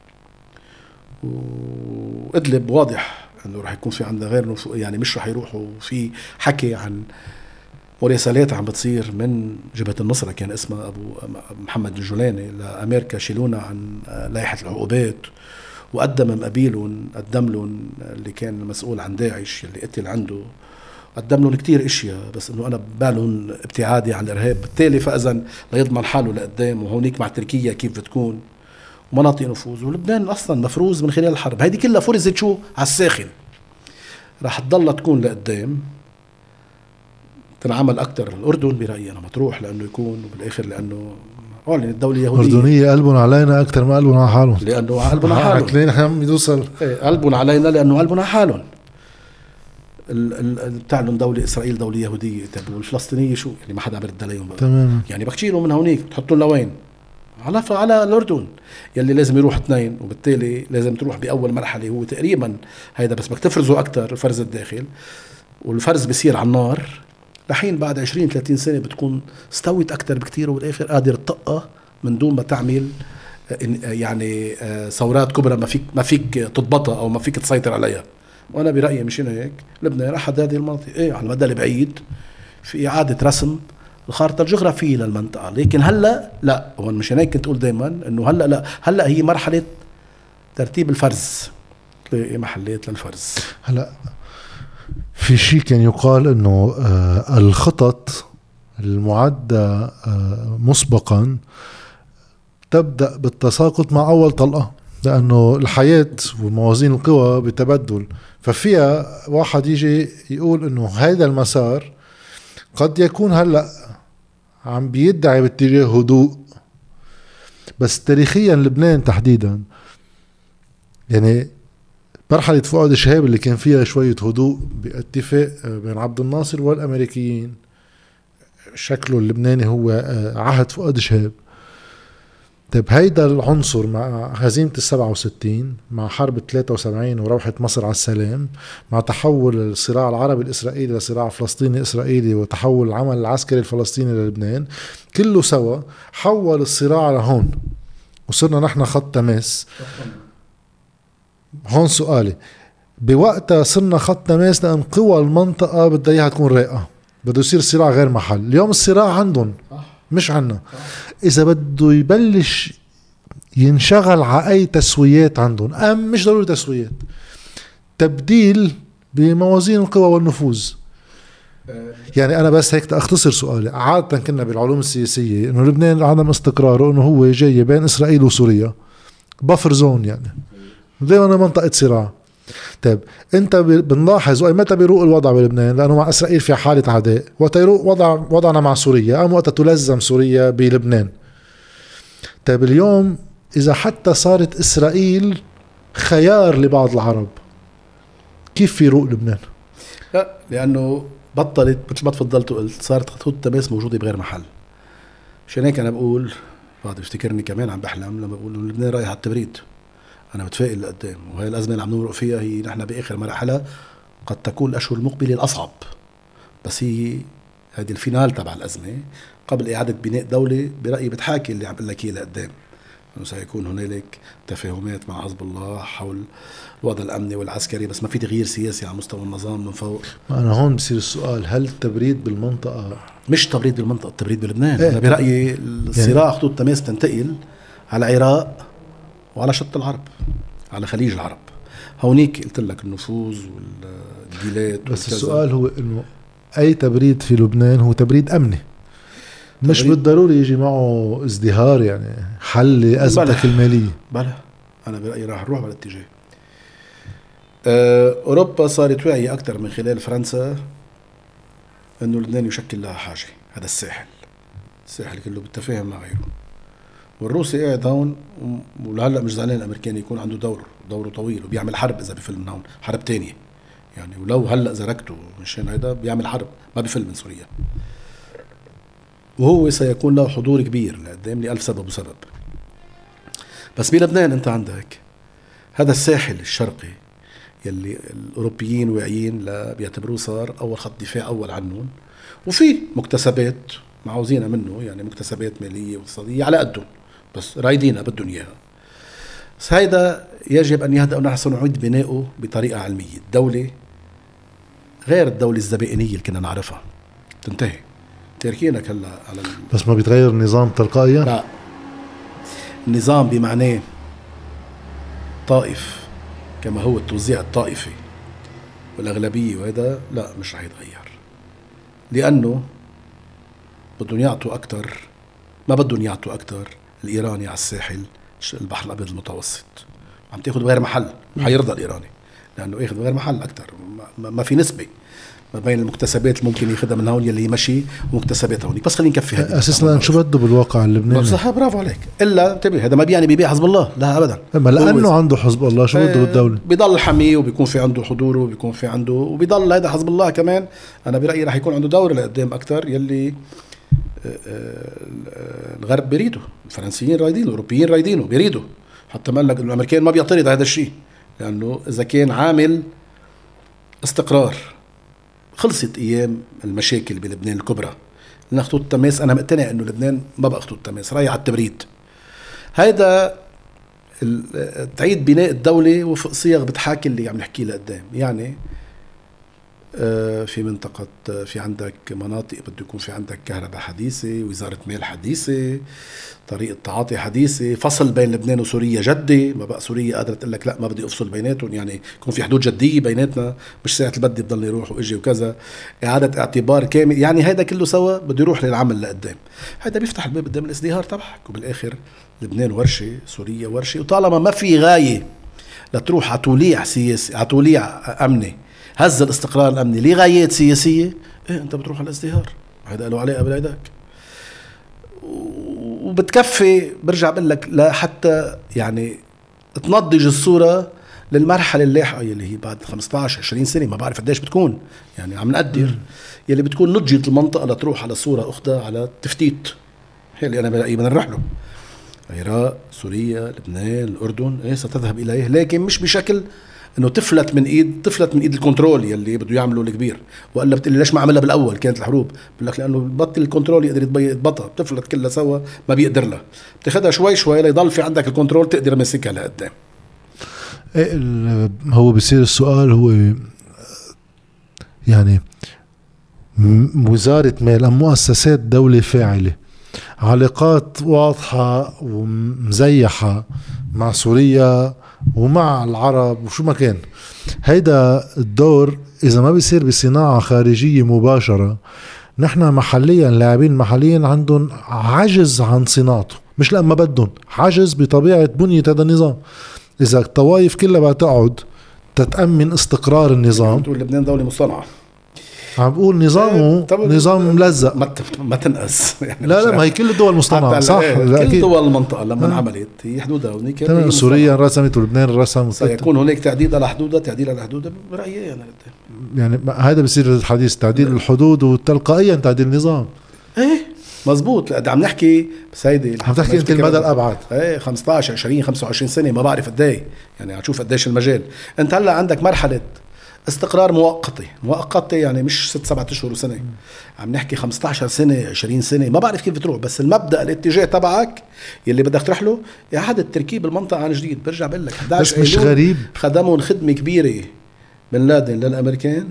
وإدلب واضح أنه رح يكون في عندها غير يعني مش رح يروحوا. في حكي عن مراسلات عم بتصير من جبهة النصرة، كان اسمها أبو محمد الجولاني، لأمريكا شيلونا عن لائحة العقوبات، وقدم مقابلهم، قدم لهم اللي كان المسؤول عن داعش اللي قتل عنده، قدم لهم كتير اشياء، بس انه انا بالهم ابتعادي عن الارهاب. بالتالي فاذا ليضمن حاله لقدام، وهونيك مع تركيا كيف بتكون ومناطق نفوذ، ولبنان اصلا مفروز من خلال الحرب هيدي كلها، فرزت شو على الساخن. راح تضل تكون لقدام، تنعمل اكثر الاردن برايي انا مطروح لانه يكون، وبالاخر لانه اعلن الدوله اليهوديه. الاردنيه قلبون علينا اكثر ما قلبون على حالهم، لانه قلبون على حالهم. عقلين هم يوصل قلبون علينا لانه قلبون على حالهم. بتعلن دولة إسرائيل دولة يهودية، طيب والفلسطينية شو؟ يعني ما حدا برد عليهم بقى. تمام. يعني بكشيلوا من هونيك بتحطوا لوين؟ على الأردن يلي لازم يروح 2، وبالتالي لازم تروح بأول مرحلة هو تقريبا هيدا، بس بدك تفرزوا أكتر الفرز الداخل، والفرز بيصير على النار لحين بعد 20-30 سنة بتكون استوت أكتر بكتير، وبالآخر قادر تطقة من دون ما تعمل يعني ثورات كبرى ما فيك تضبطها أو ما فيك تسيطر عليها. وانا برايي مشان هيك لبنان احد هذه المناطق على المدى البعيد في اعاده رسم الخارطه الجغرافيه للمنطقه. لكن هلا لا، هون مشان هيك كنت اقول دائما انه هلا لا، هلا هي مرحله ترتيب الفرز، تلاقي محلات للفرز. هلا في شيء كان يقال انه الخطط المعده مسبقا تبدا بالتساقط مع اول طلقه، لأنه الحياة وموازين القوى بتبدل. ففيها واحد يجي يقول إنه هذا المسار قد يكون هلأ عم بيدعي باتجاه هدوء، بس تاريخيا لبنان تحديدا يعني مرحلة فؤاد شهاب اللي كان فيها شوية هدوء باتفاق بين عبد الناصر والأمريكيين، شكله اللبناني هو عهد فؤاد شهاب. طيب هيدا العنصر مع هزيمة 67 مع حرب 73 وروحة مصر على السلام، مع تحول الصراع العربي الإسرائيلي لصراع فلسطيني إسرائيلي وتحول العمل العسكري الفلسطيني للبنان، كله سوا حول الصراع لهون وصرنا نحن خط تماس. هون سؤالي، بوقتها صرنا خط تماس لأن قوى المنطقة بدها إياها تكون رايقة، بده يصير صراع غير محل. اليوم الصراع عندهم مش عنا. إذا بده يبلش ينشغل على أي تسويات عندهم، أم مش ضروري تسويات، تبديل بموازين القوى والنفوذ. يعني أنا بس هيك تأختصر سؤالي، عادة كنا بالعلوم السياسية إنه لبنان عدم استقراره إنه هو جاي بين إسرائيل وسوريا بافر زون، يعني دائما منطقة صراع. طيب انت بنلاحظ متى بيروق الوضع بلبنان؟ لانه مع اسرائيل في حاله عداء، وقت يروق وضعنا مع سوريا، ام وقت تلزم سوريا بلبنان. طيب اليوم اذا حتى صارت اسرائيل خيار لبعض العرب، كيف في يروق لبنان؟ لا، لانه بطلت مثل ما تفضلت وقلت، صارت خطوط تماس موجوده بغير محل. عشان هيك انا بقول، بعد افتكرني كمان عم بحلم لما بقول انه لبنان رايح على التبريد. انا متفائل لقدام، وهي الازمه اللي عم نمرق فيها هي نحن باخر مرحله، قد تكون الاشهر المقبله الاصعب، بس هي هذه الفينال تبع الازمه قبل اعاده بناء دوله. برايي بتحاكي اللي عم بقول لك اياه لقدام، انه سيكون هنالك تفاهمات مع حزب الله حول الوضع الامني والعسكري، بس ما في تغيير سياسي على مستوى النظام من فوق. انا هون بصير السؤال، هل التبريد بالمنطقه، مش تبريد بالمنطقه، التبريد بلبنان. انا برايي الصراع خطوط تماس تنتقل على العراق وعلى شط العرب، على خليج العرب. هونيك قلت لك النفوذ والديلات. بس السؤال هو انه اي تبريد في لبنان هو تبريد امني، مش بالضروري يجي معه ازدهار، يعني حل ازمتك الماليه. بلا انا برايي راح نروح على الاتجاه. اوروبا صارت واعيه اكثر من خلال فرنسا انه لبنان يشكل لها حاجه. هذا الساحل كله بالتفاهم مع غيره، والروسي قاعد هون ولهلا مش زعلان الامريكاني يكون عنده دوره طويل، وبيعمل حرب اذا بفل من هون، حرب تانية يعني. ولو هلا زركته مشان هيدا بيعمل حرب، ما بفل من سوريا. وهو سيكون له حضور كبير لقدام لألف سبب وسبب. بس بلبنان انت عندك هذا الساحل الشرقي يلي الاوروبيين واعيين بيعتبروه صار اول خط دفاع اول عنهم، وفي مكتسبات معوزين منه، يعني مكتسبات ماليه واقتصاديه على قدهم، بس رايدينها بدهم اياها. بس هيدا يجب ان يهدأ، ونحن نعيد بناؤه بطريقه علميه. الدوله غير الدوله الزبائنيه اللي كنا نعرفها، تنتهي. تركينك هلا على بس ما بيتغير النظام تلقائيا؟ لا، النظام بمعناه طائف كما هو التوزيع الطائفي والأغلبية، وهذا لا، مش رح يتغير، لأنه بدهم يعطوا أكتر، ما بدهم يعطوا أكتر الإيراني على الساحل البحر الأبيض المتوسط، عم تاخد بغير محل، حيرضى الإيراني لأنه ياخد بغير محل أكتر. ما في نسبة ما بين المكتسبات اللي ممكن ياخدها من هون يلي يمشي ومكتسبات هوني. بس خلينا نكفي هذه اساسا شو بده بالواقع اللبناني. صح، برافو عليك. الا انتبه، هذا ما بيعني بيبيع حزب الله، لا ابدا. اما لانه عنده حزب الله شو بده بالدوله؟ بيضل حميه وبيكون في عنده حضوره وبيكون في عنده، وبيضل هذا حزب الله كمان. انا برايي راح يكون عنده دور لقدام اكثر، يلي الغرب بيريدوا، الفرنسيين رايدينه، الاوروبيين رايدينه، بيريدوا. حتى ما قال لك الامريكان ما بيعترض هذا الشيء، لانه اذا كان عامل استقرار خلصت ايام المشاكل بلبنان الكبرى. لنا خطوط التماس، انا مقتنع انه لبنان ما بقى خطوط التماس، رايح على التبريد. هيدا تعيد بناء الدولة وفق صيغ بتحاكي اللي عم نحكيه لقدام. يعني في منطقة، في عندك مناطق بده يكون في عندك كهرباء حديثة، وزارة مال حديثة، طريقة تعاطي حديثة، فصل بين لبنان وسوريا جدي. ما بقى سوريا قادرة تقول لك لا ما بدي افصل بيناتهم، يعني يكون في حدود جدية بيناتنا، مش ساعة البدي بضل يروح واجي وكذا. إعادة اعتبار كامل، يعني هيدا كله سوا بده يروح للعمل لقدام. هيدا بيفتح الباب قدام الازدهار تبعك. وبالاخر لبنان ورشة، سوريا ورشة، وطالما ما في غاية لتروح عتوليع سياسي، عتوليع أمني، هز الاستقرار الأمني لغايات سياسية، أنت بتروح على الازدهار. هذا له علاقة بالعداك. وبتكفي، برجع بقول لك، لا حتى يعني تنضج الصورة للمرحلة اللاحقة يلي هي بعد 15-20 سنة، ما بعرف قديش بتكون، يعني عم نقدر يلي بتكون نضجت المنطقة لتروح على صورة أخرى، على التفتيت. هي اللي أنا برأيي بدنا نروح له. العراق، سوريا، لبنان، الأردن، ستذهب إليه، لكن مش بشكل انه تفلت من ايد الكنترول يلي بده يعمله الكبير. والا بتقول ليش ما عملها بالاول كانت الحروب؟ بقول لك لانه بطل الكنترول يقدر يضبطها، بتفلت كلها سوا ما بيقدر لها، بتاخذها شوي شوي ليضل في عندك الكنترول تقدر ماسكها لقدام. هو بيصير السؤال هو يعني وزارة مال أم مؤسسات دولة فاعلة، علاقات واضحة ومزيحة مع سوريا ومع العرب وشو ما كان، هيدا الدور إذا ما بيصير بصناعة خارجية مباشرة، نحن محليا لاعبين محليا عندهم عجز عن صناعته، مش لما بدهم، عجز بطبيعة بنية هذا النظام. إذا الطوائف كلها بتقعد تتأمن استقرار النظام. تقول لبنان دولة مصطنعة. عم بقول نظامه نظام ملزق ما تنقص يعني. لا ما هي كل الدول مصطنعة صح. كل دول المنطقة لما انعملت هي حدودها هونيك. تمام. سوريا رسمت ولبنان رسم. سيكون هناك تعديل على حدودها برأيي أنا. يعني هذا بصير الحديث تعديل الحدود وتلقائيا تعديل النظام. ايه مزبوط. لا عم نحكي بس هيدي عم تحكي انت المدى الابعد. ايه 15 20 25 سنه ما بعرف قد ايه يعني. هتشوف قديش المجال. انت هلا عندك مرحله استقرار مؤقته يعني مش 6 7 اشهر وسنه. عم نحكي 15 سنه 20 سنه ما بعرف كيف بتروح. بس المبدا الاتجاه تبعك يلي بدك تروح له اعاده تركيب المنطقه عن جديد. برجع بقول لك 11 بس مش غريب خدمهم خدمه كبيره بن لادن للامريكان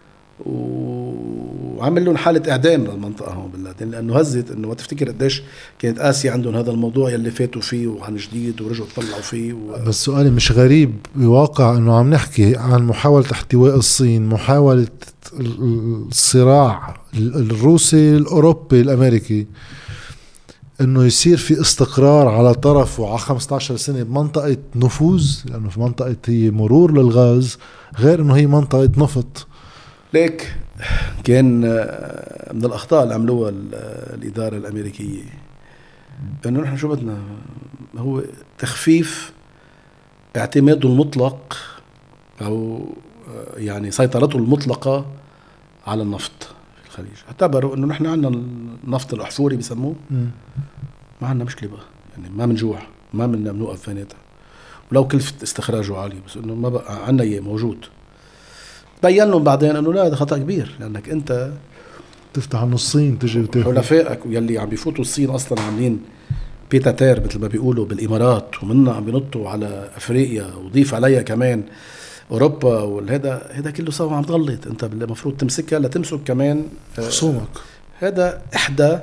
وعمل لهم حالة إعدام للمنطقة هون بن لادن. لأنه هزت إنه ما تفتكر قديش كانت آسيا عندهم هذا الموضوع يلي فاتوا فيه وعن جديد ورجعوا طلعوا فيه بس سؤالي مش غريب بواقع إنه عم نحكي عن محاولة احتواء الصين، محاولة الصراع الروسي الأوروبي الأمريكي، إنه يصير في استقرار على طرف وعلى 15 سنة بمنطقة نفوذ، لأنه في منطقة هي مرور للغاز غير إنه هي منطقة نفط. ليك كان من الأخطاء اللي عملوها الإدارة الأمريكية إنه نحن شو بدنا هو تخفيف اعتماده المطلق أو يعني سيطرته المطلقة على النفط في الخليج. اعتبروا إنه نحن عندنا النفط الأحفوري بيسموه ما عندنا مشكلة بقى يعني ما منجوع ما منوقف فيناتها ولو كلفة استخراجه عالي بس إنه ما بقى عندنا إياه موجود. بيّن لهم بعدين انه لا هذا خطأ كبير لانك انت تفتح عن الصين تجي وتاخذ حلفائك ويلي عم بيفوتوا الصين اصلا عاملين بيتاتير مثل ما بيقولوا بالامارات ومنا عم بينطوا على افريقيا وضيف عليها كمان اوروبا هذا كله سوا عم تغلط. انت المفروض تمسكها لتمسك كمان خصومك. هذا احدى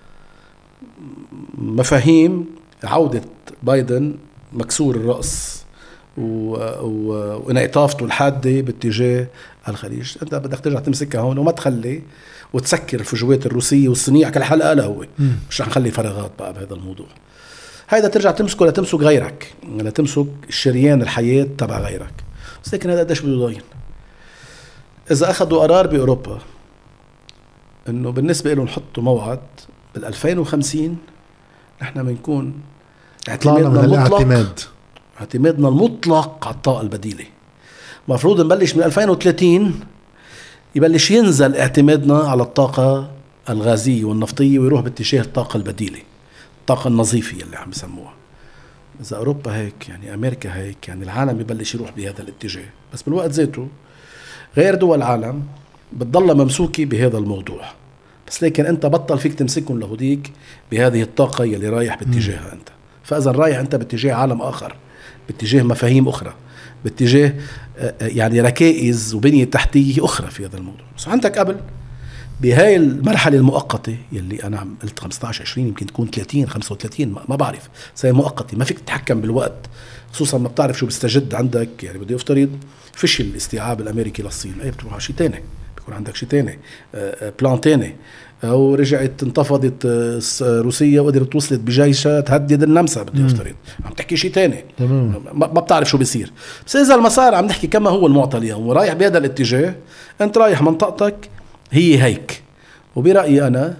مفاهيم عودة بايدن مكسور الرأس وانعطافته الحادة باتجاه الخليج. انت بدك ترجع تمسكها هون وما تخلي وتسكر الفجوات الروسية والصينية كل حلقة له هو مش رح نخلي فراغات بقى بهذا الموضوع. هيدا ترجع تمسكه لتمسك غيرك لتمسك الشريان الحياة تبع غيرك. بس لكن هذا قديش بده يضاين. إذا أخذوا قرار بأوروبا إنه بالنسبة لهم نحطوا موعد بال2050 نحن بنكون اعتمادنا المطلق على الطاقة البديلة. مفروض نبلش من 2030 يبلش ينزل اعتمادنا على الطاقة الغازية والنفطية ويروح باتجاه الطاقة البديلة الطاقة النظيفية اللي عم يسموها. إذا أوروبا هيك يعني أمريكا هيك يعني العالم يبلش يروح بهذا الاتجاه. بس بالوقت ذاته غير دول العالم بتضل ممسوكة بهذا الموضوع. بس لكن أنت بطل فيك تمسكهم لهوديك بهذه الطاقة يلي رايح باتجاهها أنت. فإذا رايح أنت باتجاه عالم آخر باتجاه مفاهيم أخرى باتجاه يعني ركائز وبنية تحتية أخرى في هذا الموضوع. بس عندك قبل بهاي المرحلة المؤقتة يلي أنا قلت 15 20 يمكن تكون 30 35 ما بعرف سي مؤقتة ما فيك تتحكم بالوقت خصوصا ما بتعرف شو بيستجد عندك. يعني بدي أفترض فشل الاستيعاب الأمريكي للصين أي بتروح على شيء تاني بيكون عندك شيء تاني بلان تاني أو رجعت انتفضت روسيا وقدرت توصلت بجيشها تهدد النمسا بدي أفترض عم تحكي شيء تاني ما بتعرف شو بيصير. بس إذا المسار عم نحكي كما هو المعطى اليوم ورايح بهذا الاتجاه أنت رايح منطقتك هي هيك. وبرأيي أنا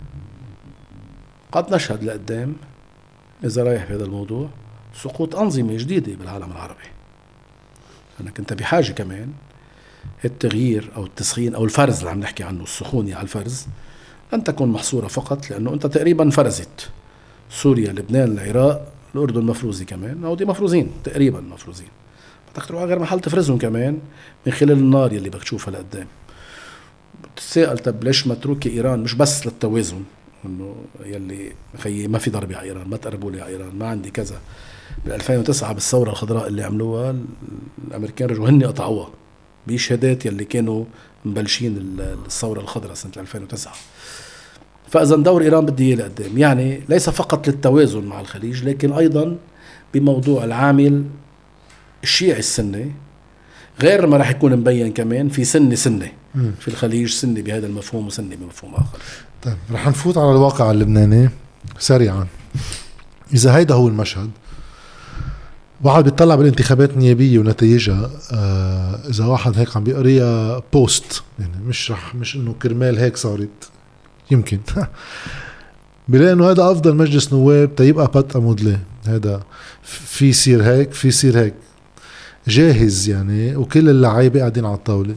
قد نشهد لقدام إذا رايح بهذا الموضوع سقوط أنظمة جديدة بالعالم العربي. أنك أنت بحاجة كمان التغيير أو التسخين أو الفرز اللي عم نحكي عنه السخونية على الفرز أن تكون محصورة فقط لأنه أنت تقريبا فرزت سوريا لبنان العراق الأردن مفروزي كمان أو دي مفروزين تقريبا مفروزين بدك تروح غير محل تفرزهم كمان من خلال النار يلي بدك تشوفها لقدام. بتتساءل طب ليش متروكة إيران مش بس للتوازن إنه يلي خيي ما في ضربة على إيران ما تقربوا لي على إيران ما عندي كذا. بال2009 بالثورة الخضراء اللي عملوها الأمريكان رجعوا هني قطعوها بشهادات يلي كانوا مبلشين الثورة الخضراء سنة 2009. فإذا دور إيران بدي لقدام يعني ليس فقط للتوازن مع الخليج لكن أيضا بموضوع العامل الشيعي السني غير ما راح يكون مبين كمان في سنة في الخليج سنة بهذا المفهوم وسنة بمفهوم آخر. طيب رح نفوت على الواقع اللبناني سريعا. إذا هيدا هو المشهد واحد بيطلع بالانتخابات النيابية ونتائجها، إذا واحد هيك عم بيقريها بوست، يعني مش إنه كرمال هيك صارت يمكن بلاقي إنه هذا أفضل مجلس نواب تيبقى بات أمودلي، هذا في يصير هيك في يصير هيك جاهز يعني، وكل اللعيبة قاعدين على الطاولة.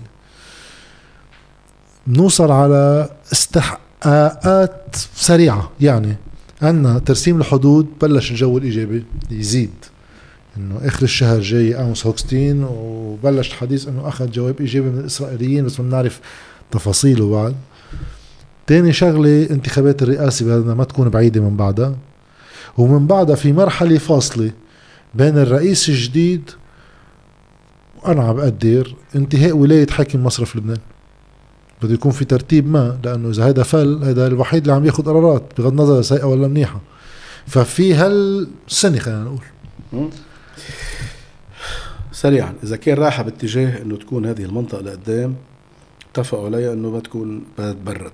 بنوصل على استحقاقات سريعة، يعني عندنا ترسيم الحدود، بلش الجو الإيجابي يزيد، انه اخر الشهر جاي اموس هوكستين، وبلش الحديث انه اخذ جواب ايجابي من الاسرائيليين، بس ما بنعرف تفاصيله بعد. تاني شغلة انتخابات الرئاسة بدنا ما تكون بعيدة من بعدها، ومن بعدها في مرحلة فاصلة بين الرئيس الجديد وانا عم بقدر انتهاء ولاية حاكم مصرف لبنان. بده يكون في ترتيب ما، لانه اذا هذا فل، هذا الوحيد اللي عم ياخد قرارات بغض النظر سيئة ولا منيحة. ففي هالسنة خلينا نقول سريعا، إذا كان رايحة باتجاه إنه تكون هذه المنطقة لقدام، اتفقوا عليها إنه بتكون بتبرد.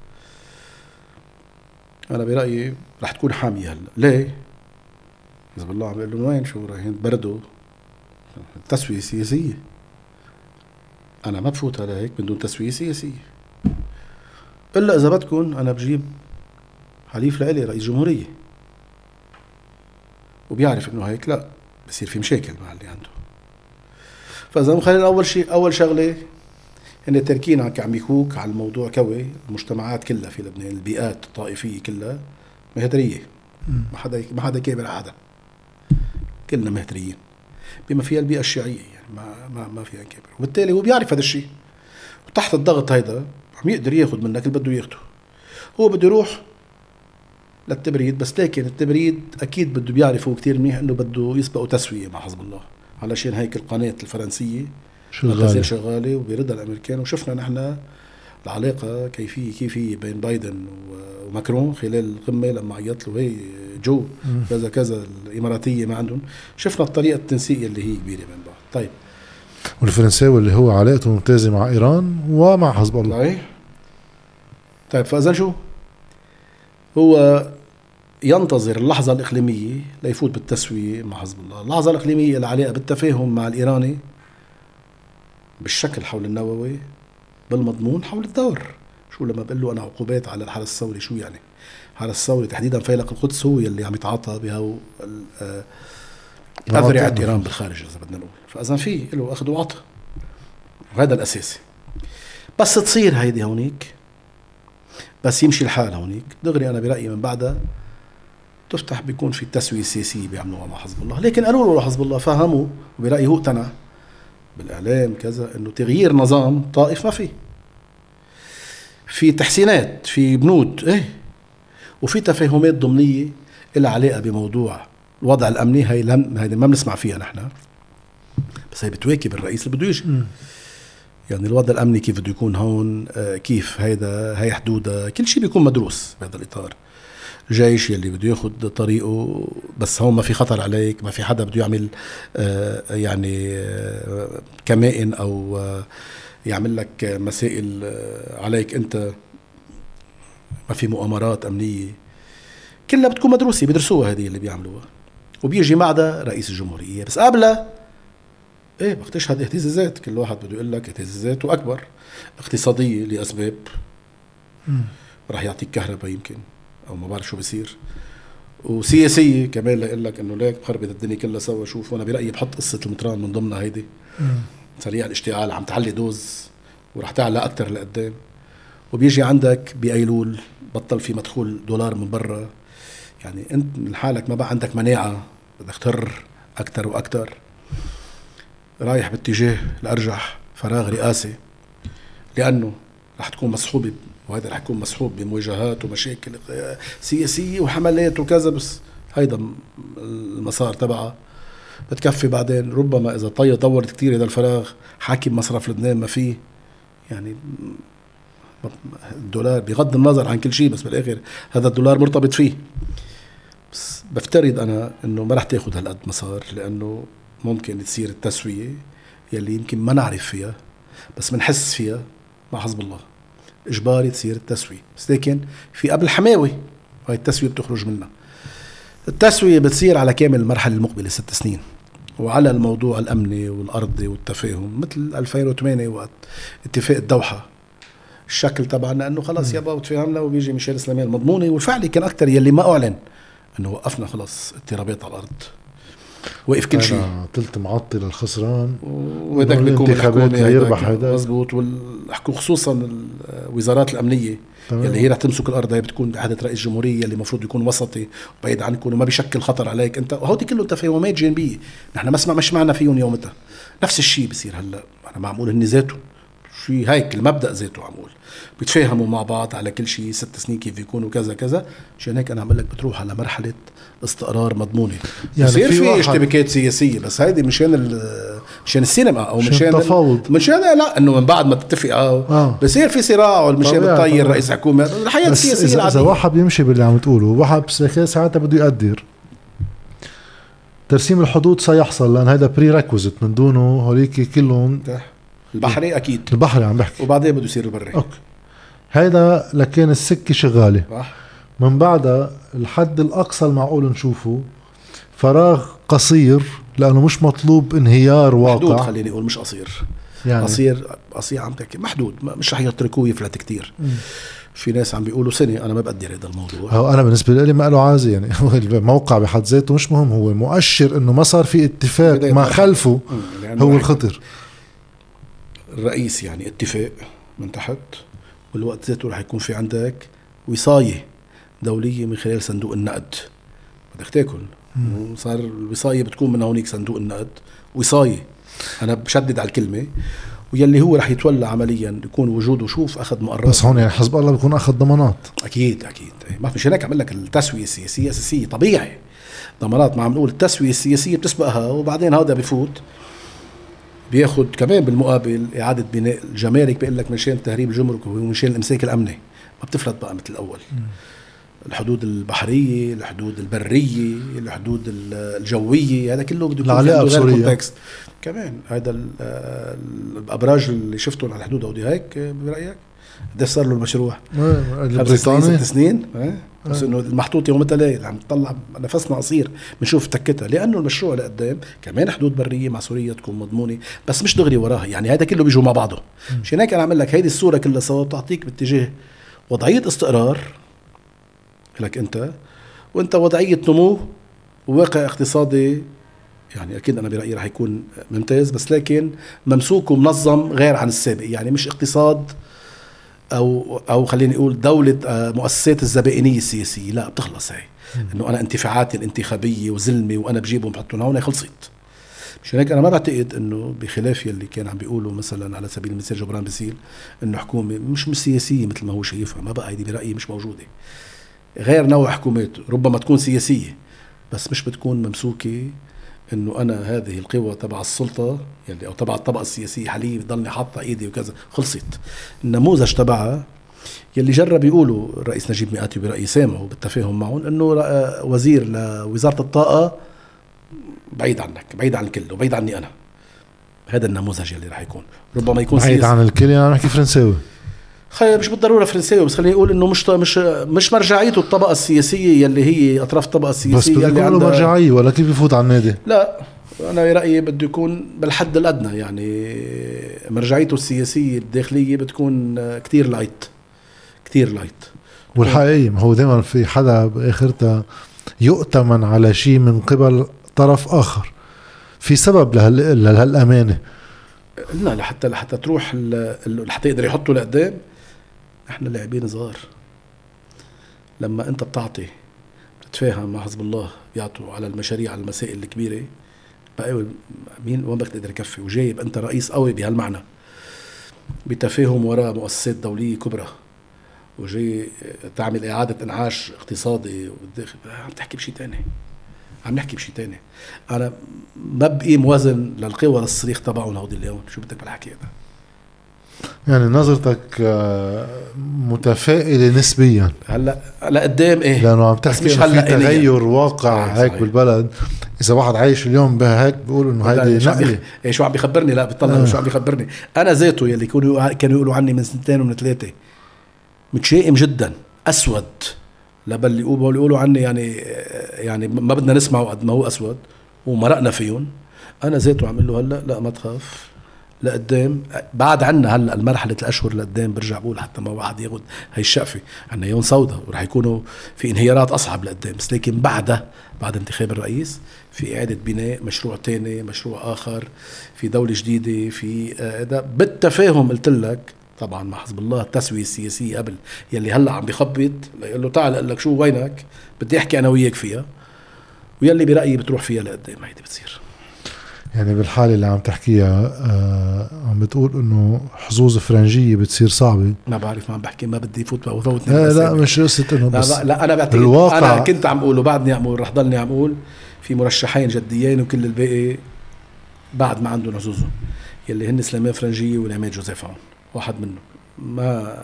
أنا برأيي رح تكون حامية هلا. ليه؟ إذا بالله عم بقول لهم وين شو رايحين تبردوا؟ التسوية سياسية. أنا ما بفوت على هيك بدون تسوية سياسية. إلا إذا بدكن أنا بجيب حليف لإلي رئيس جمهورية، وبيعرف إنه هيك لا بصير في مشاكل مع اللي عنده. فإذا خلينا أول شغلة إن التركين عم يكوك على الموضوع كوي. المجتمعات كلها في لبنان، البيئات الطائفية كلها مهدرية، ما حدا كابر على حدا، كلنا مهدريين، بما فيها البيئة الشيعية، يعني ما فيها كابر. وبالتالي هو بيعرف هذا الشيء، وتحت الضغط هيدا عم يقدر ياخد منك اللي بده ياخده. هو بده يروح للتبريد، بس لكن التبريد أكيد بده بيعرف هو كتير منيح إنه بده يسبقوا تسوية مع حزب الله. علشان هيك القناة الفرنسية شغالة وبيردها الأمريكان. وشفنا نحن العلاقة كيفية بين بايدن وماكرون خلال القمة، لما عيط له هي جو كذا الإماراتية ما عندهم. شفنا الطريقة التنسيقية اللي هي كبيرة بين بعض. طيب، والفرنساوي اللي هو علاقته ممتازة مع إيران ومع حزب الله. طيب، فإذا شو هو ينتظر اللحظة الإقليمية ليفوت بالتسوية مع حزب الله. اللحظة الإقليمية العلاقة بالتفاهم مع الإيراني بالشكل حول النووي، بالمضمون حول الدور. شو لما بقول له أنا عقوبات على الحرس الثوري، شو يعني الحرس الثوري؟ تحديدا فيلق القدس هو يلي عم يتعاطى بها أذرعة إيران بالخارج إذا بدنا نقول. فإذا في له أخذ وعطى، وهذا الأساسي. بس تصير هيدي هونيك، بس يمشي الحال هونيك دغري، أنا برأيي من بعدها تفتح بيكون في التسوية السياسية بيعملوها مع حزب الله. لكن قالوا له لحزب الله، فهموا، وبرأيي هو اقتنع بالإعلام كذا إنه تغيير نظام طائف ما في تحسينات، في بنود وفي تفاهمات ضمنية إلها علاقة بموضوع الوضع الأمني. هاي ما بنسمع فيها نحن، بس هي بتواكب الرئيس اللي بده يجي. يعني الوضع الأمني كيف بده يكون هون، كيف هاي حدودها، كل شيء بيكون مدروس بهذا الإطار. جيش يلي بده ياخد طريقه، بس هون ما في خطر عليك، ما في حدا بده يعمل يعني كمائن أو يعمل لك مسائل عليك أنت، ما في مؤامرات أمنية، كلها بتكون مدروسة، بيدرسوها هذه اللي بيعملوها. وبيجي معدا رئيس الجمهورية، بس قبلها بختش هذه اهتزازات. كل واحد بده يقول لك اهتزازات، وأكبر اقتصادية لأسباب، راح يعطيك كهرباء يمكن، أو ما بعرف شو بيصير، وسياسية كمان ليقول لك إنه ليك خربت الدنيا كلها سوا. شوف، وأنا برأيي بحط قصة المطران من ضمنها هيدي. سريع الاشتعال عم تعلي دوز، ورح تعلى أكتر لقدام. وبيجي عندك بأيلول بطل في مدخول دولار من برا، يعني أنت من حالك ما بقى عندك مناعة، بدك تر أكتر وأكتر، رايح باتجاه الأرجح فراغ رئاسي، لأنه رح تكون مصحوبة، وهذا رح يكون مصحوب بمواجهات ومشاكل سياسية وحملات وكذا. بس هيدا المسار تبعها بتكفي بعدين. ربما إذا طورت كتير هذا الفراغ، حاكم مصرف لبنان ما فيه، يعني الدولار بغض النظر عن كل شيء، بس بالآخر هذا الدولار مرتبط فيه. بس بفترض أنا إنه ما رح تاخد هالقد مسار، لأنه ممكن تصير التسوية يلي يمكن ما نعرف فيها بس منحس فيها مع حزب الله. إجباري تصير التسوية، بس لكن في قبل حماوي، هاي التسوية بتخرج منها. التسوية بتصير على كامل المرحلة المقبلة 6 سنين، وعلى الموضوع الأمني والأرضي والتفاهم مثل 2008 وقت اتفاق الدوحة، الشكل تبعنا أنه خلاص يابا وتفاهمنا وبيجي ميشيل سليمان المضموني، والفعلي كان أكتر يلي ما أعلن أنه وقفنا خلاص اضطرابات على الأرض، وقف كل شيء، قلت معطل الخسران وهداك بيكون الحكومة يربح هذا مزبوط، خصوصا الوزارات الأمنية يلي هي رح تمسك الأرض، هي بتكون بعهدة رئيس الجمهورية اللي المفروض يكون وسطي وبعيد عنكم وما بيشكل خطر عليك أنت، وهودي كله تفاهمات جانبية نحن مش معنا فيهم يومتها. نفس الشيء بصير هلا أنا معمول هني ذاته شيء هيك المبدأ ذاته عمول بيتفاهموا مع بعض على كل شيء 6 سنين كيف يكونوا كذا كذا، عشان هيك أنا عم لك بتروح على مرحلة استقرار مضمونة. يعني بصير في اشتباكات سياسية بس هيدي مشان السينما أو مشان التفاوض، مشان لا إنه من بعد ما تتفق بصير في صراع مشان بتطير رئيس حكومة الحياة السياسية العادية. إذا واحد بيمشي باللي عم تقوله واحد ساعتها بده يقدر ترسيم الحدود سيحصل، لأن هذا بري ريكوزيت من دونه هوليك كلهم. البحري أكيد، البحري عم بحكي، وبعدين بده يصير البري. أوكي هيدا لكن السكة شغالة من بعدها الحد الأقصى المعقول نشوفه فراغ قصير، لأنه مش مطلوب انهيار واقع محدود، خليني أقول مش قصير يعني قصير عم تحكي محدود، مش رح يتركوه يفلت كتير. في ناس عم بيقولوا سنة، أنا ما بقدر هذا الموضوع. هو أنا بالنسبة لي ما له عازي يعني الموقع بحد ذاته مش مهم، هو مؤشر إنه ما صار في اتفاق ما خلفه هو الخطر. الرئيس يعني اتفاق من تحت، والوقت ذاته رح يكون في عندك وصاية دولية من خلال صندوق النقد، بدك تاكل صار الوصاية بتكون من هونيك صندوق النقد وصاية، أنا بشدد على الكلمة، ويلي هو رح يتولى عمليا يكون وجوده شوف أخذ مقررات. بس هون يعني حزب الله بيكون أخذ ضمانات. أكيد ما في هناك عمل لك التسوية السياسية أساسية طبيعي، ضمانات ما عم نقول التسوية السياسية بتسبقها، وبعدين هذا بفوت بياخد كمان بالمقابل إعادة بناء الجمارك، بيقول لك مشان تهريب الجمرك ومشان الإمساك الأمني، ما بتفلت بقى مثل الأول. الحدود البحرية، الحدود البرية، الحدود الجوية، هذا كله بده يكون عنده غير كونتكست. كمان هذا الأبراج اللي شفتهم على الحدود أودي هيك برأيك قديش صار له المشروع؟ البريطاني 6 سنين بس انه المحطوط يومتها ليل عم تطلع نفسنا قصير بنشوف تكتها، لانه المشروع لقدام كمان حدود بريه مع سوريا تكون مضمونه، بس مش دغري وراها، يعني هذا كله بيجوا مع بعضه. مشان هيك انا عم لك هيدي الصوره كلها سوا بتعطيك باتجاه وضعيه استقرار لك انت، وانت وضعيه نمو وواقع اقتصادي، يعني اكيد انا برايي رح يكون ممتاز، بس لكن ممسوك ومنظم غير عن السابق، يعني مش اقتصاد او خليني اقول دولة مؤسسات الزبائنية السياسية، لا بتخلص هاي انه انا انتفاعاتي الانتخابية وزلمي وانا بجيبهم بحطهم هون خلصت. مشان هيك انا ما بعتقد انه بخلاف يلي كان عم بيقولوا مثلا على سبيل المثال جبران باسيل انه حكومة مش سياسية مثل ما هو شايفها، ما بقى هيدي برأيي مش موجودة. غير نوع حكومات ربما تكون سياسية بس مش بتكون ممسوكة انه انا هذه القوة تبع السلطة يعني او تبع الطبقة السياسية حاليا بضلني حاطة ايدي وكذا، خلصت. النموذج تبعها يلي جرب يقولوا الرئيس نجيب مئاتي برأيي سامعوا بالتفاهم معهم انه وزير لوزارة الطاقة بعيد عنك، بعيد عن الكل وبعيد عني انا. هذا النموذج يلي راح يكون ربما يكون بعيد عن الكل، يعني نحكي فرنساوي مش بالضرورة فرنساوي، بس خليني أقول إنه مش مرجعيته الطبقة السياسية يلي هي أطراف الطبقة السياسية بس اللي عندها مرجعية، ولا كيف يفوت على النادي؟ لا أنا رأيي بده يكون بالحد الأدنى، يعني مرجعيته السياسية الداخلية بتكون كتير لايت. والحقيقة ما هو دائما في حدا بآخرتها يؤتمن على شيء من قبل طرف آخر في سبب لهالأمانة. لا لحتى تروح لحتى يقدر يحطه لقدام. احنا لاعبين صغار، لما انت بتعطي بتتفاهم مع حزب الله بيعطوا على المشاريع على المسائل الكبيرة بقى مين وين بدك تقدر يكفي، وجايب انت رئيس قوي بهالمعنى بتفاهم وراء مؤسسات دولية كبرى وجاي تعمل إعادة إنعاش اقتصادي والداخل، عم تحكي بشي تاني، عم نحكي بشي تاني. أنا ما بقي موازن للقوى للصريخ تبعهم هودي اليوم. شو بدك بالحكي هذا؟ يعني نظرتك متفائلة نسبيا هلا قدام ايه؟ لانه عم تحكي في تغير واقع هيك بالبلد. اذا واحد عايش اليوم بهيك بيقول انه هيدي نقله. شو عم بيخبرني؟ لا بتطلع شو عم بيخبرني. انا ذاته يلي كانوا يقولوا عني من 2 ومن 3 متشائم جدا، اسود لبل يقولوا عني يعني ما بدنا نسمعه قد ما هو اسود، ومرقنا فيهم. انا ذاته عم له هلا لا ما تخاف لقدام، بعد عنا هلا المرحله الاشهر لقدام برجع بقول حتى ما واحد ياخذ هي الشقفه، عنا يوم سوداء ورح يكونوا في انهيارات اصعب لقدام، بس لكن بعدها بعد انتخاب الرئيس في اعاده بناء مشروع تاني، مشروع اخر، في دوله جديده، في بالتفاهم قلت لك طبعا مع حزب الله التسويه السياسيه قبل يلي هلا عم بيخبط ليقول له تعال اقول لك شو وينك بدي احكي انا وياك فيها، ويلي برايي بتروح فيها لقدام هيدي بتصير. يعني بالحالة اللي عم تحكيها عم بتقول انه حظوظ فرنجية بتصير صعبة. ما بعرف، ما عم بحكي، ما بدي فوت وفوتني. لا مش قصة انه بس لا انا بعتقد الواقع. انا كنت عم اقول وبعدني عم اقول رح ضلني عم اقول في مرشحين جديين وكل الباقي بعد ما عندهم حظوظهم، يلي هن سليمان فرنجية والعماد جوزيف عون واحد منهم. ما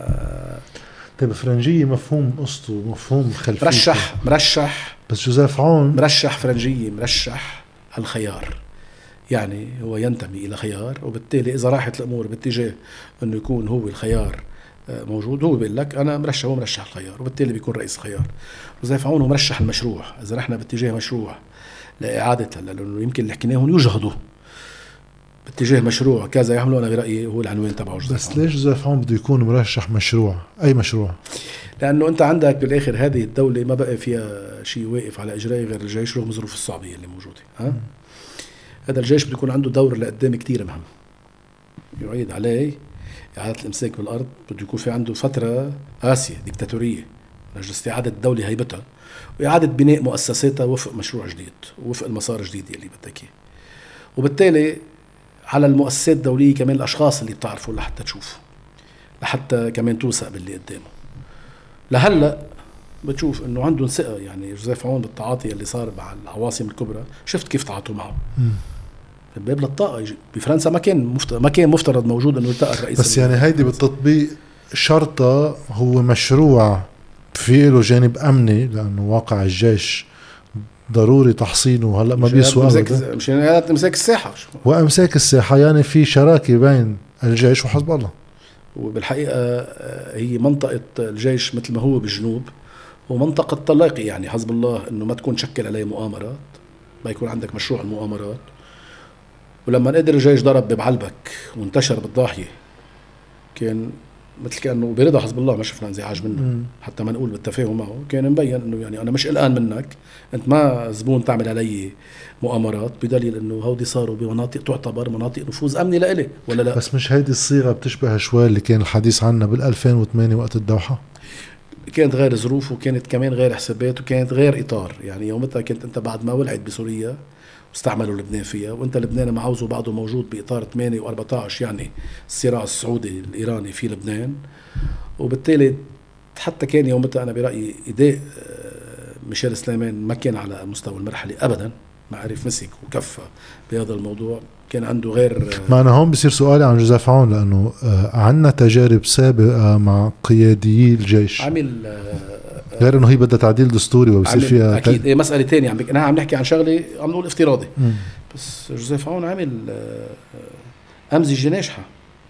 طيب فرنجية مفهوم قصته مفهوم خلفيته، مرشح بس جوزيف عون مرشح فرنجية، مرشح الخيار، يعني هو ينتمي إلى خيار، وبالتالي إذا راحت الأمور باتجاه أنه يكون هو الخيار موجود، هو بيقول لك أنا مرشح، هو مرشح الخيار، وبالتالي بيكون رئيس الخيار. جوزيف عون هو مرشح المشروع، إذا رحنا باتجاه مشروع لإعادة لأنه يمكن اللي حكيناهم يجهضوا باتجاه مشروع كذا يعملوا، أنا برأيي هو العنوان تبعه جوزيف بس عون. ليش جوزيف عون بده يكون مرشح مشروع؟ أي مشروع؟ لأنه أنت عندك بالآخر هذه الدولة ما بقى فيها شيء واقف على إجرائه غير الجيش رغم الظروف الصعبة اللي موجودة. هذا الجيش بده يكون عنده دور لقدام كتير مهم، يعيد عليه إعادة الإمساك بالأرض، بده يكون في عنده فترة قاسية ديكتاتورية من أجل استعادة الدولة هيبتها وإعادة بناء مؤسساتها وفق مشروع جديد وفق المسار الجديد اللي بدك إياه. وبالتالي على المؤسسات الدولية كمان الأشخاص اللي بتعرفوا لحتى تشوفوا، لحتى كمان توثق باللي قدامه. لهلا بتشوف انه عندهم ثقه، يعني جوزيف عون بالتعاطي اللي صار مع العواصم الكبرى شفت كيف تعاطوا معه. باب للطاقه بفرنسا ما كان مفترض موجود انه يلتقى الرئيس، بس يعني هيدي بالتطبيق شرطه هو مشروع في له جانب امني، لانه واقع الجيش ضروري تحصينه هلا ما بيسوى ابدا، مش يعني امساك الساحه وامساك الساحه، يعني في شراكه بين الجيش وحزب الله. وبالحقيقه هي منطقه الجيش مثل ما هو بالجنوب ومنطقه طلاقي، يعني حزب الله انه ما تكون تشكل عليه مؤامرات، ما يكون عندك مشروع المؤامرات. ولما قدر الجيش ضرب ببعلبك وانتشر بالضاحيه كان مثل كانه برضا حزب الله، ما شفنا انزعاج منه حتى ما نقول بالتفاهم معه، كان مبين انه يعني انا مش قلقان منك، انت ما زبون تعمل علي مؤامرات، بدليل انه هودي صاروا بمناطق تعتبر مناطق نفوذ امني لإلي ولا لا. بس مش هيدي الصيغه بتشبه شوي اللي كان الحديث عنها بال2008 وقت الدوحه؟ كانت غير ظروف وكانت كمان غير حسابات وكانت غير اطار، يعني يومتها كنت انت بعد ما ولعت بسوريا واستعملوا لبنان فيها، وانت لبنان معوزه بعده موجود باطار 8 و14، يعني الصراع السعودي الايراني في لبنان. وبالتالي حتى كان يومتها انا برايي اداء ميشيل سليمان ما كان على مستوى المرحله ابدا، ما عرف مسك وكفى بهذا الموضوع، كان عنده غير. ما أنا هون بصير سؤالي عن جوزيف عون، لأنه عنا تجارب سابقة مع قياديي الجيش، عمل غير إنه هي بدها تعديل دستوري وبصير فيها أكيد مسألة تانية. أنا عم نحكي عن شغلة عم نقول افتراضي. بس جوزيف عون عمل أمزجة ناجحة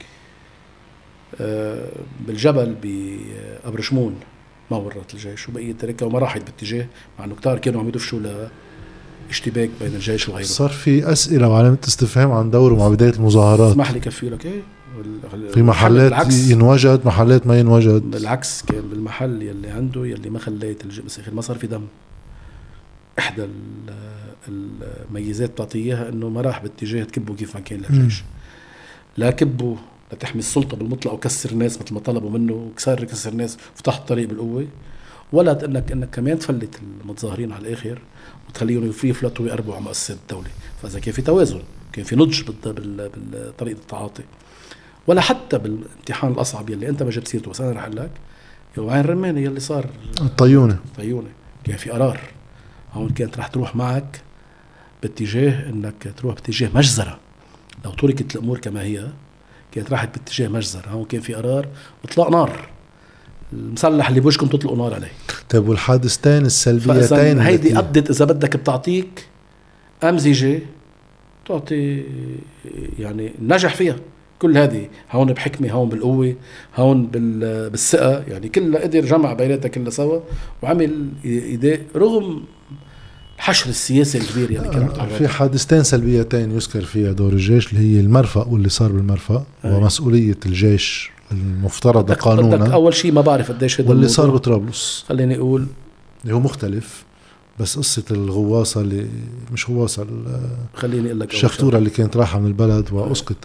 بالجبل بأبر شمون، ما ورط الجيش وبقية تركها وما راحت باتجاه، مع أنه كتار كانوا عم يدفشوا اشتباك بين الجيش وغيره. صار في أسئلة وعلامة استفهام عن دوره مع بداية المظاهرات. اسمح لي كفي لك ايه في محلات ينوجد، محلات ما ينوجد. بالعكس كان بالمحل يلي عنده يلي ما خليت ما صار في دم. احدى الميزات بتعطيها انه ما راح باتجاه تكبوا كيف ما كان للجيش، لا كبوا لتحمي السلطة بالمطلق وكسر الناس مثل ما طلبوا منه وكسر الناس وفتح الطريق بالقوة، ولا انك كمان تفلت المتظاهرين على الاخر وتخليهم يفلتوا ويقربوا على مؤسسات الدولة. فاذا كان في توازن، كان في نضج بالطريقة التعاطي. ولا حتى بالامتحان الاصعب يلي انت ما جبت سيرته، بس انا رح اقول لك عين رماني يلي صار الطيونة كان في قرار هون، كانت رح تروح معك باتجاه انك تروح باتجاه مجزرة. لو تركت الامور كما هي كانت راحت باتجاه مجزرة. هون كان في قرار واطلاق نار، المسلح اللي بوشكم تطلقوا نار عليه. طيب والحادثتين السلبيتين هيدي قدت اذا بدك بتعطيك امزجة تعطي يعني نجح فيها كل هذه، هون بحكمة، هون بالقوة، هون بالثقة، يعني كلها قدر جمع بيناتها كلها سوا وعمل إداء رغم الحشر السياسي الكبير اللي كان عم تعرض. في حادثتين سلبيتين يذكر فيها دور الجيش، اللي هي المرفأ واللي صار بالمرفأ ومسؤولية الجيش المفترضة قانونا. بدك أول شيء ما بعرف قديش هذا واللي صار بطرابلس خليني أقول اللي هو مختلف، بس قصة الغواصة اللي مش غواصة، خليني أقول لك الشخطورة اللي كانت رايحة من البلد وأسقطت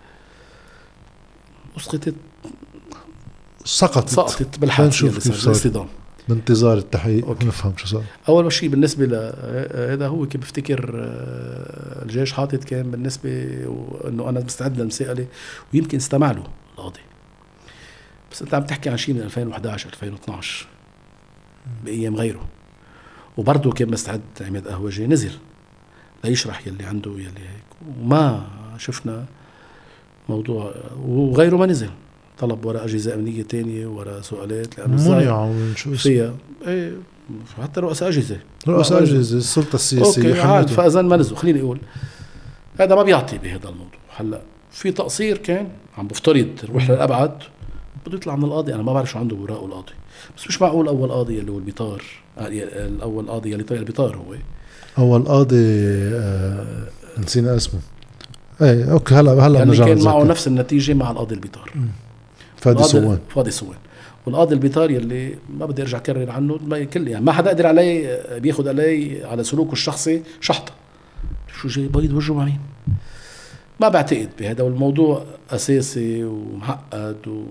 سقطت بالحادثة الاصطدام بانتظار التحقيق نفهم شو صار. أول شيء بالنسبة لهذا هو كيف بفتكر الجيش حاطط كان بالنسبة إنه أنا مستعد للمساءلة ويمكن استمع له القاضي، بس أنت عم تحكي عن شيء من 2011 2012 بأيام غيره، وبرضه كان مستعد عماد قهوجي نزل ليشرح يلي عنده يلي هيك، وما شفنا موضوع، وغيره ما نزل طلب وراء أجهزة أمنية تانية وراء سؤالات لأنه فيها إيه، حتى رؤساء أجهزة السلطة السياسية فأذن ما نزلوا. خليني أقول هذا ما بيعطي بهذا الموضوع. هلا في تقصير كان عم بفترض روح للأبعد بده يطلع من القاضي، أنا ما بعرف شو عنده وراءه القاضي، بس مش معقول أول قاضي اللي هو البيطار، الأول قاضي اللي طلع البيطار هو أول قاضي نسينا اسمه ايه اوكي هلا يعني كان معه نفس النتيجة مع القاضي البيطار فادي صوان والقاضي البيطار يلي ما بدي ارجع اكرر عنه كل يعني ما حدا قدر علي بياخد علي على سلوكه الشخصي شحطة شو جاي بيض وجهه مع مين. ما بعتقد بهذا، والموضوع اساسي ومعقد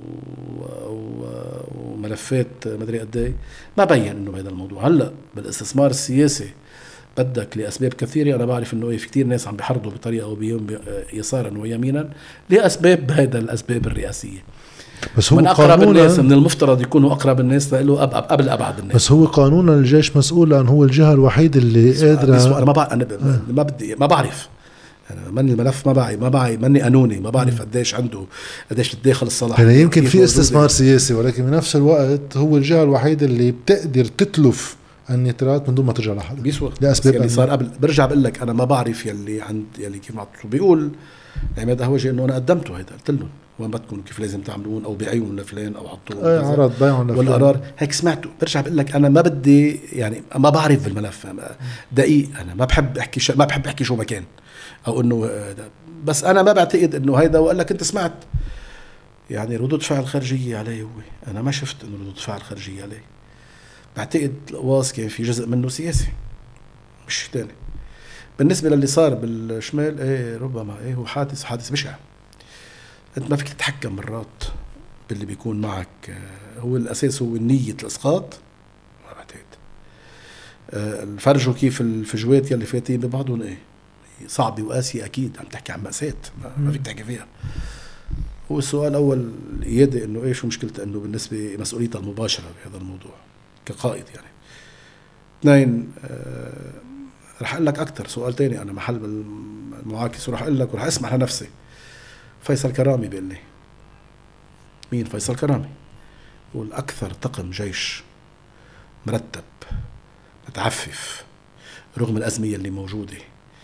وملفات مدري قد ايه ما بين انه بهذا الموضوع. هلا بالاستثمار السياسي بدك لأسباب كثيرة، أنا بعرف إنه في كتير ناس عم بيحرضوا بطريقة أو يسارا ويمينا لأسباب هذا الأسباب الرئاسية، بس هو من أقرب الناس من المفترض يكونوا أقرب الناس له قبل أبعد الناس. بس هو قانونا الجيش مسؤول لأن هو الجهة الوحيدة اللي قادرة. أنا ما بعرف أنا ماني الملف ما بعي ماني قانوني ما بعرف قديش عنده قديش بتداخل الصلاح. يعني يمكن في استثمار سياسي ولكن بنفس الوقت هو الجهة الوحيدة اللي بتقدر تتلف النيترات من دون ما ترجع لحد بيسوى اللي صار قبل. برجع بقول لك انا ما بعرف يلي عند يلي كيف معطوا بيقول عماد قهوجي انه انا قدمته هيدا قلت لهم وين بدكم كيف لازم تعملون او بيعيون لفلان او حطوه عرض بيعهم لفلان والقرار هيك سمعته. برجع بقول لك انا ما بدي يعني ما بعرف بالملف دقيق، انا ما بحب احكي شو ما كان او انه بس انا ما بعتقد انه هيدا. وقال لك انت سمعت يعني ردود فعل خارجيه عليه، هو انا ما شفت انه ردود فعل خارجيه عليه. بعتقد القواص كان في جزء منه سياسي مش تاني. بالنسبة للي صار بالشمال ايه ربما ايه هو حادث بشع. انت ما فيك تتحكم مرات باللي بيكون معك، هو الاساس هو النية الاسقاط ما بعتقد. الفرجوا كيف الفجوات يلي فاتين ببعضهم ايه صعبة وقاسية اكيد، عم تحكي عن مأساة ما فيك تحكي فيها. هو السؤال الاول القيادة انه ايش مشكلته، انه بالنسبة مسؤوليتها المباشرة بهذا الموضوع كقائد يعني. اثنين رح اقول لك اكثر سؤال تاني انا محل المعاكس ورح اقول لك ورح اسمح لنفسي. فيصل كرامي بيقول لي مين فيصل كرامي؟ يقول اكثر طقم جيش مرتب متعفف رغم الازمه اللي موجوده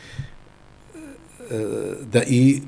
دقيق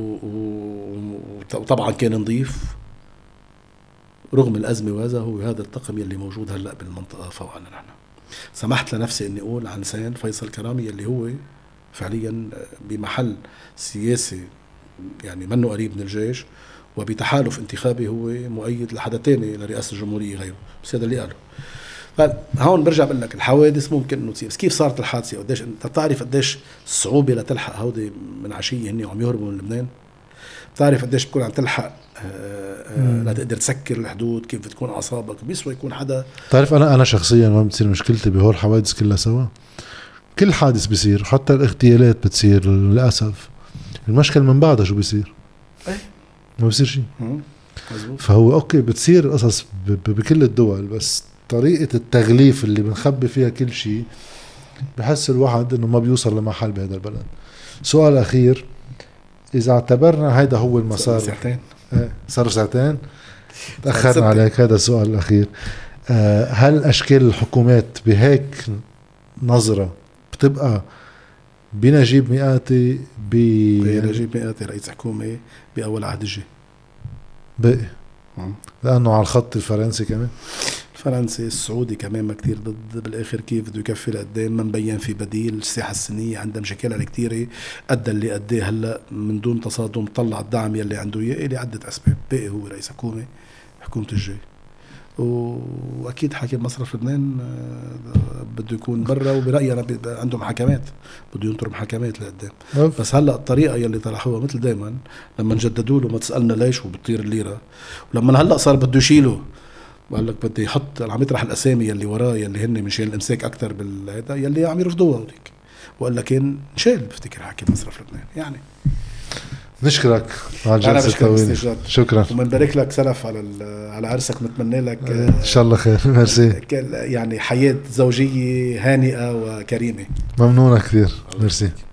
وطبعا كان نظيف رغم الأزمة، وهذا هو هذا الطقم يلي موجود هلأ بالمنطقة فوقنا. نحن سمحت لنفسي أني أقول عن لسان فيصل كرامي يلي هو فعليا بمحل سياسي يعني منه قريب من الجيش وبتحالف انتخابي هو مؤيد لحدا تاني لرئاسة الجمهورية غيره، بس هذا اللي قاله. فهون برجع بقول لك الحوادث ممكن انه تصير، بس كيف صارت الحادثة وقديش انت بتعرف قديش الصعوبة لتلحق هودي من عشية هني وعم يهربوا من لبنان، بتعرف قديش بتكون عم تلحق لا تقدر تسكر الحدود، كيف بتكون أعصابك بيسوى يكون حدا. تعرف أنا شخصيا ما بتصير مشكلتي بهول الحوادث كلها سوا، كل حادث بيصير حتى الاغتيالات بتصير للأسف، المشكل من بعدها شو بيصير؟ ما بيصير شيء. فهو أوكي بتصير قصص بكل الدول، بس طريقة التغليف اللي بنخبي فيها كل شيء بحس الواحد إنه ما بيوصل لمحل بهذا البلد. سؤال أخير، إذا اعتبرنا هيدا هو المسار صاروا ساعتين تأخرنا عليك، هذا السؤال الأخير، هل أشكال الحكومات بهيك نظرة بتبقى بنجيب مئاتي بنجيب مئاتي رئيس حكومة بأول عهد الجي بقي لأنه على الخط الفرنسي كمان فرنسي السعودي كمان ما كتير ضد. بالاخر كيف بده يكفي لقدام ما مبين في بديل. الساحه الصينيه عندها مشاكلها الكتيره قد اللي قديه هلا من دون تصادم طلع الدعم يلي عنده اياه لعده اسباب. باقي هو رئيس حكومه الجاي، واكيد حاكم مصرف لبنان بده يكون برا. وبرايي انا عنده محاكمات بده ينطر محاكمات لقدام. بس هلا الطريقه يلي طرحوها مثل دائما لما جددوا له ما تسالنا ليش وبتطير الليره، ولما هلا صار بده يشيله وقال لك بدي يحط عم يطرح الاسامي يلي وراه يلي هن مشان الامساك اكثر بالهذا يلي عم يرفضوها هذيك. وقال لك كان شال بفتكر حاكم مصرف لبنان. يعني نشكرك على الجلسه الطويله. شكرا ومنبارك لك سلف على عرسك. نتمنى لك ان شاء الله خير. ميرسي. يعني حياه زوجيه هانئه وكريمه. ممنونة كثير. ميرسي.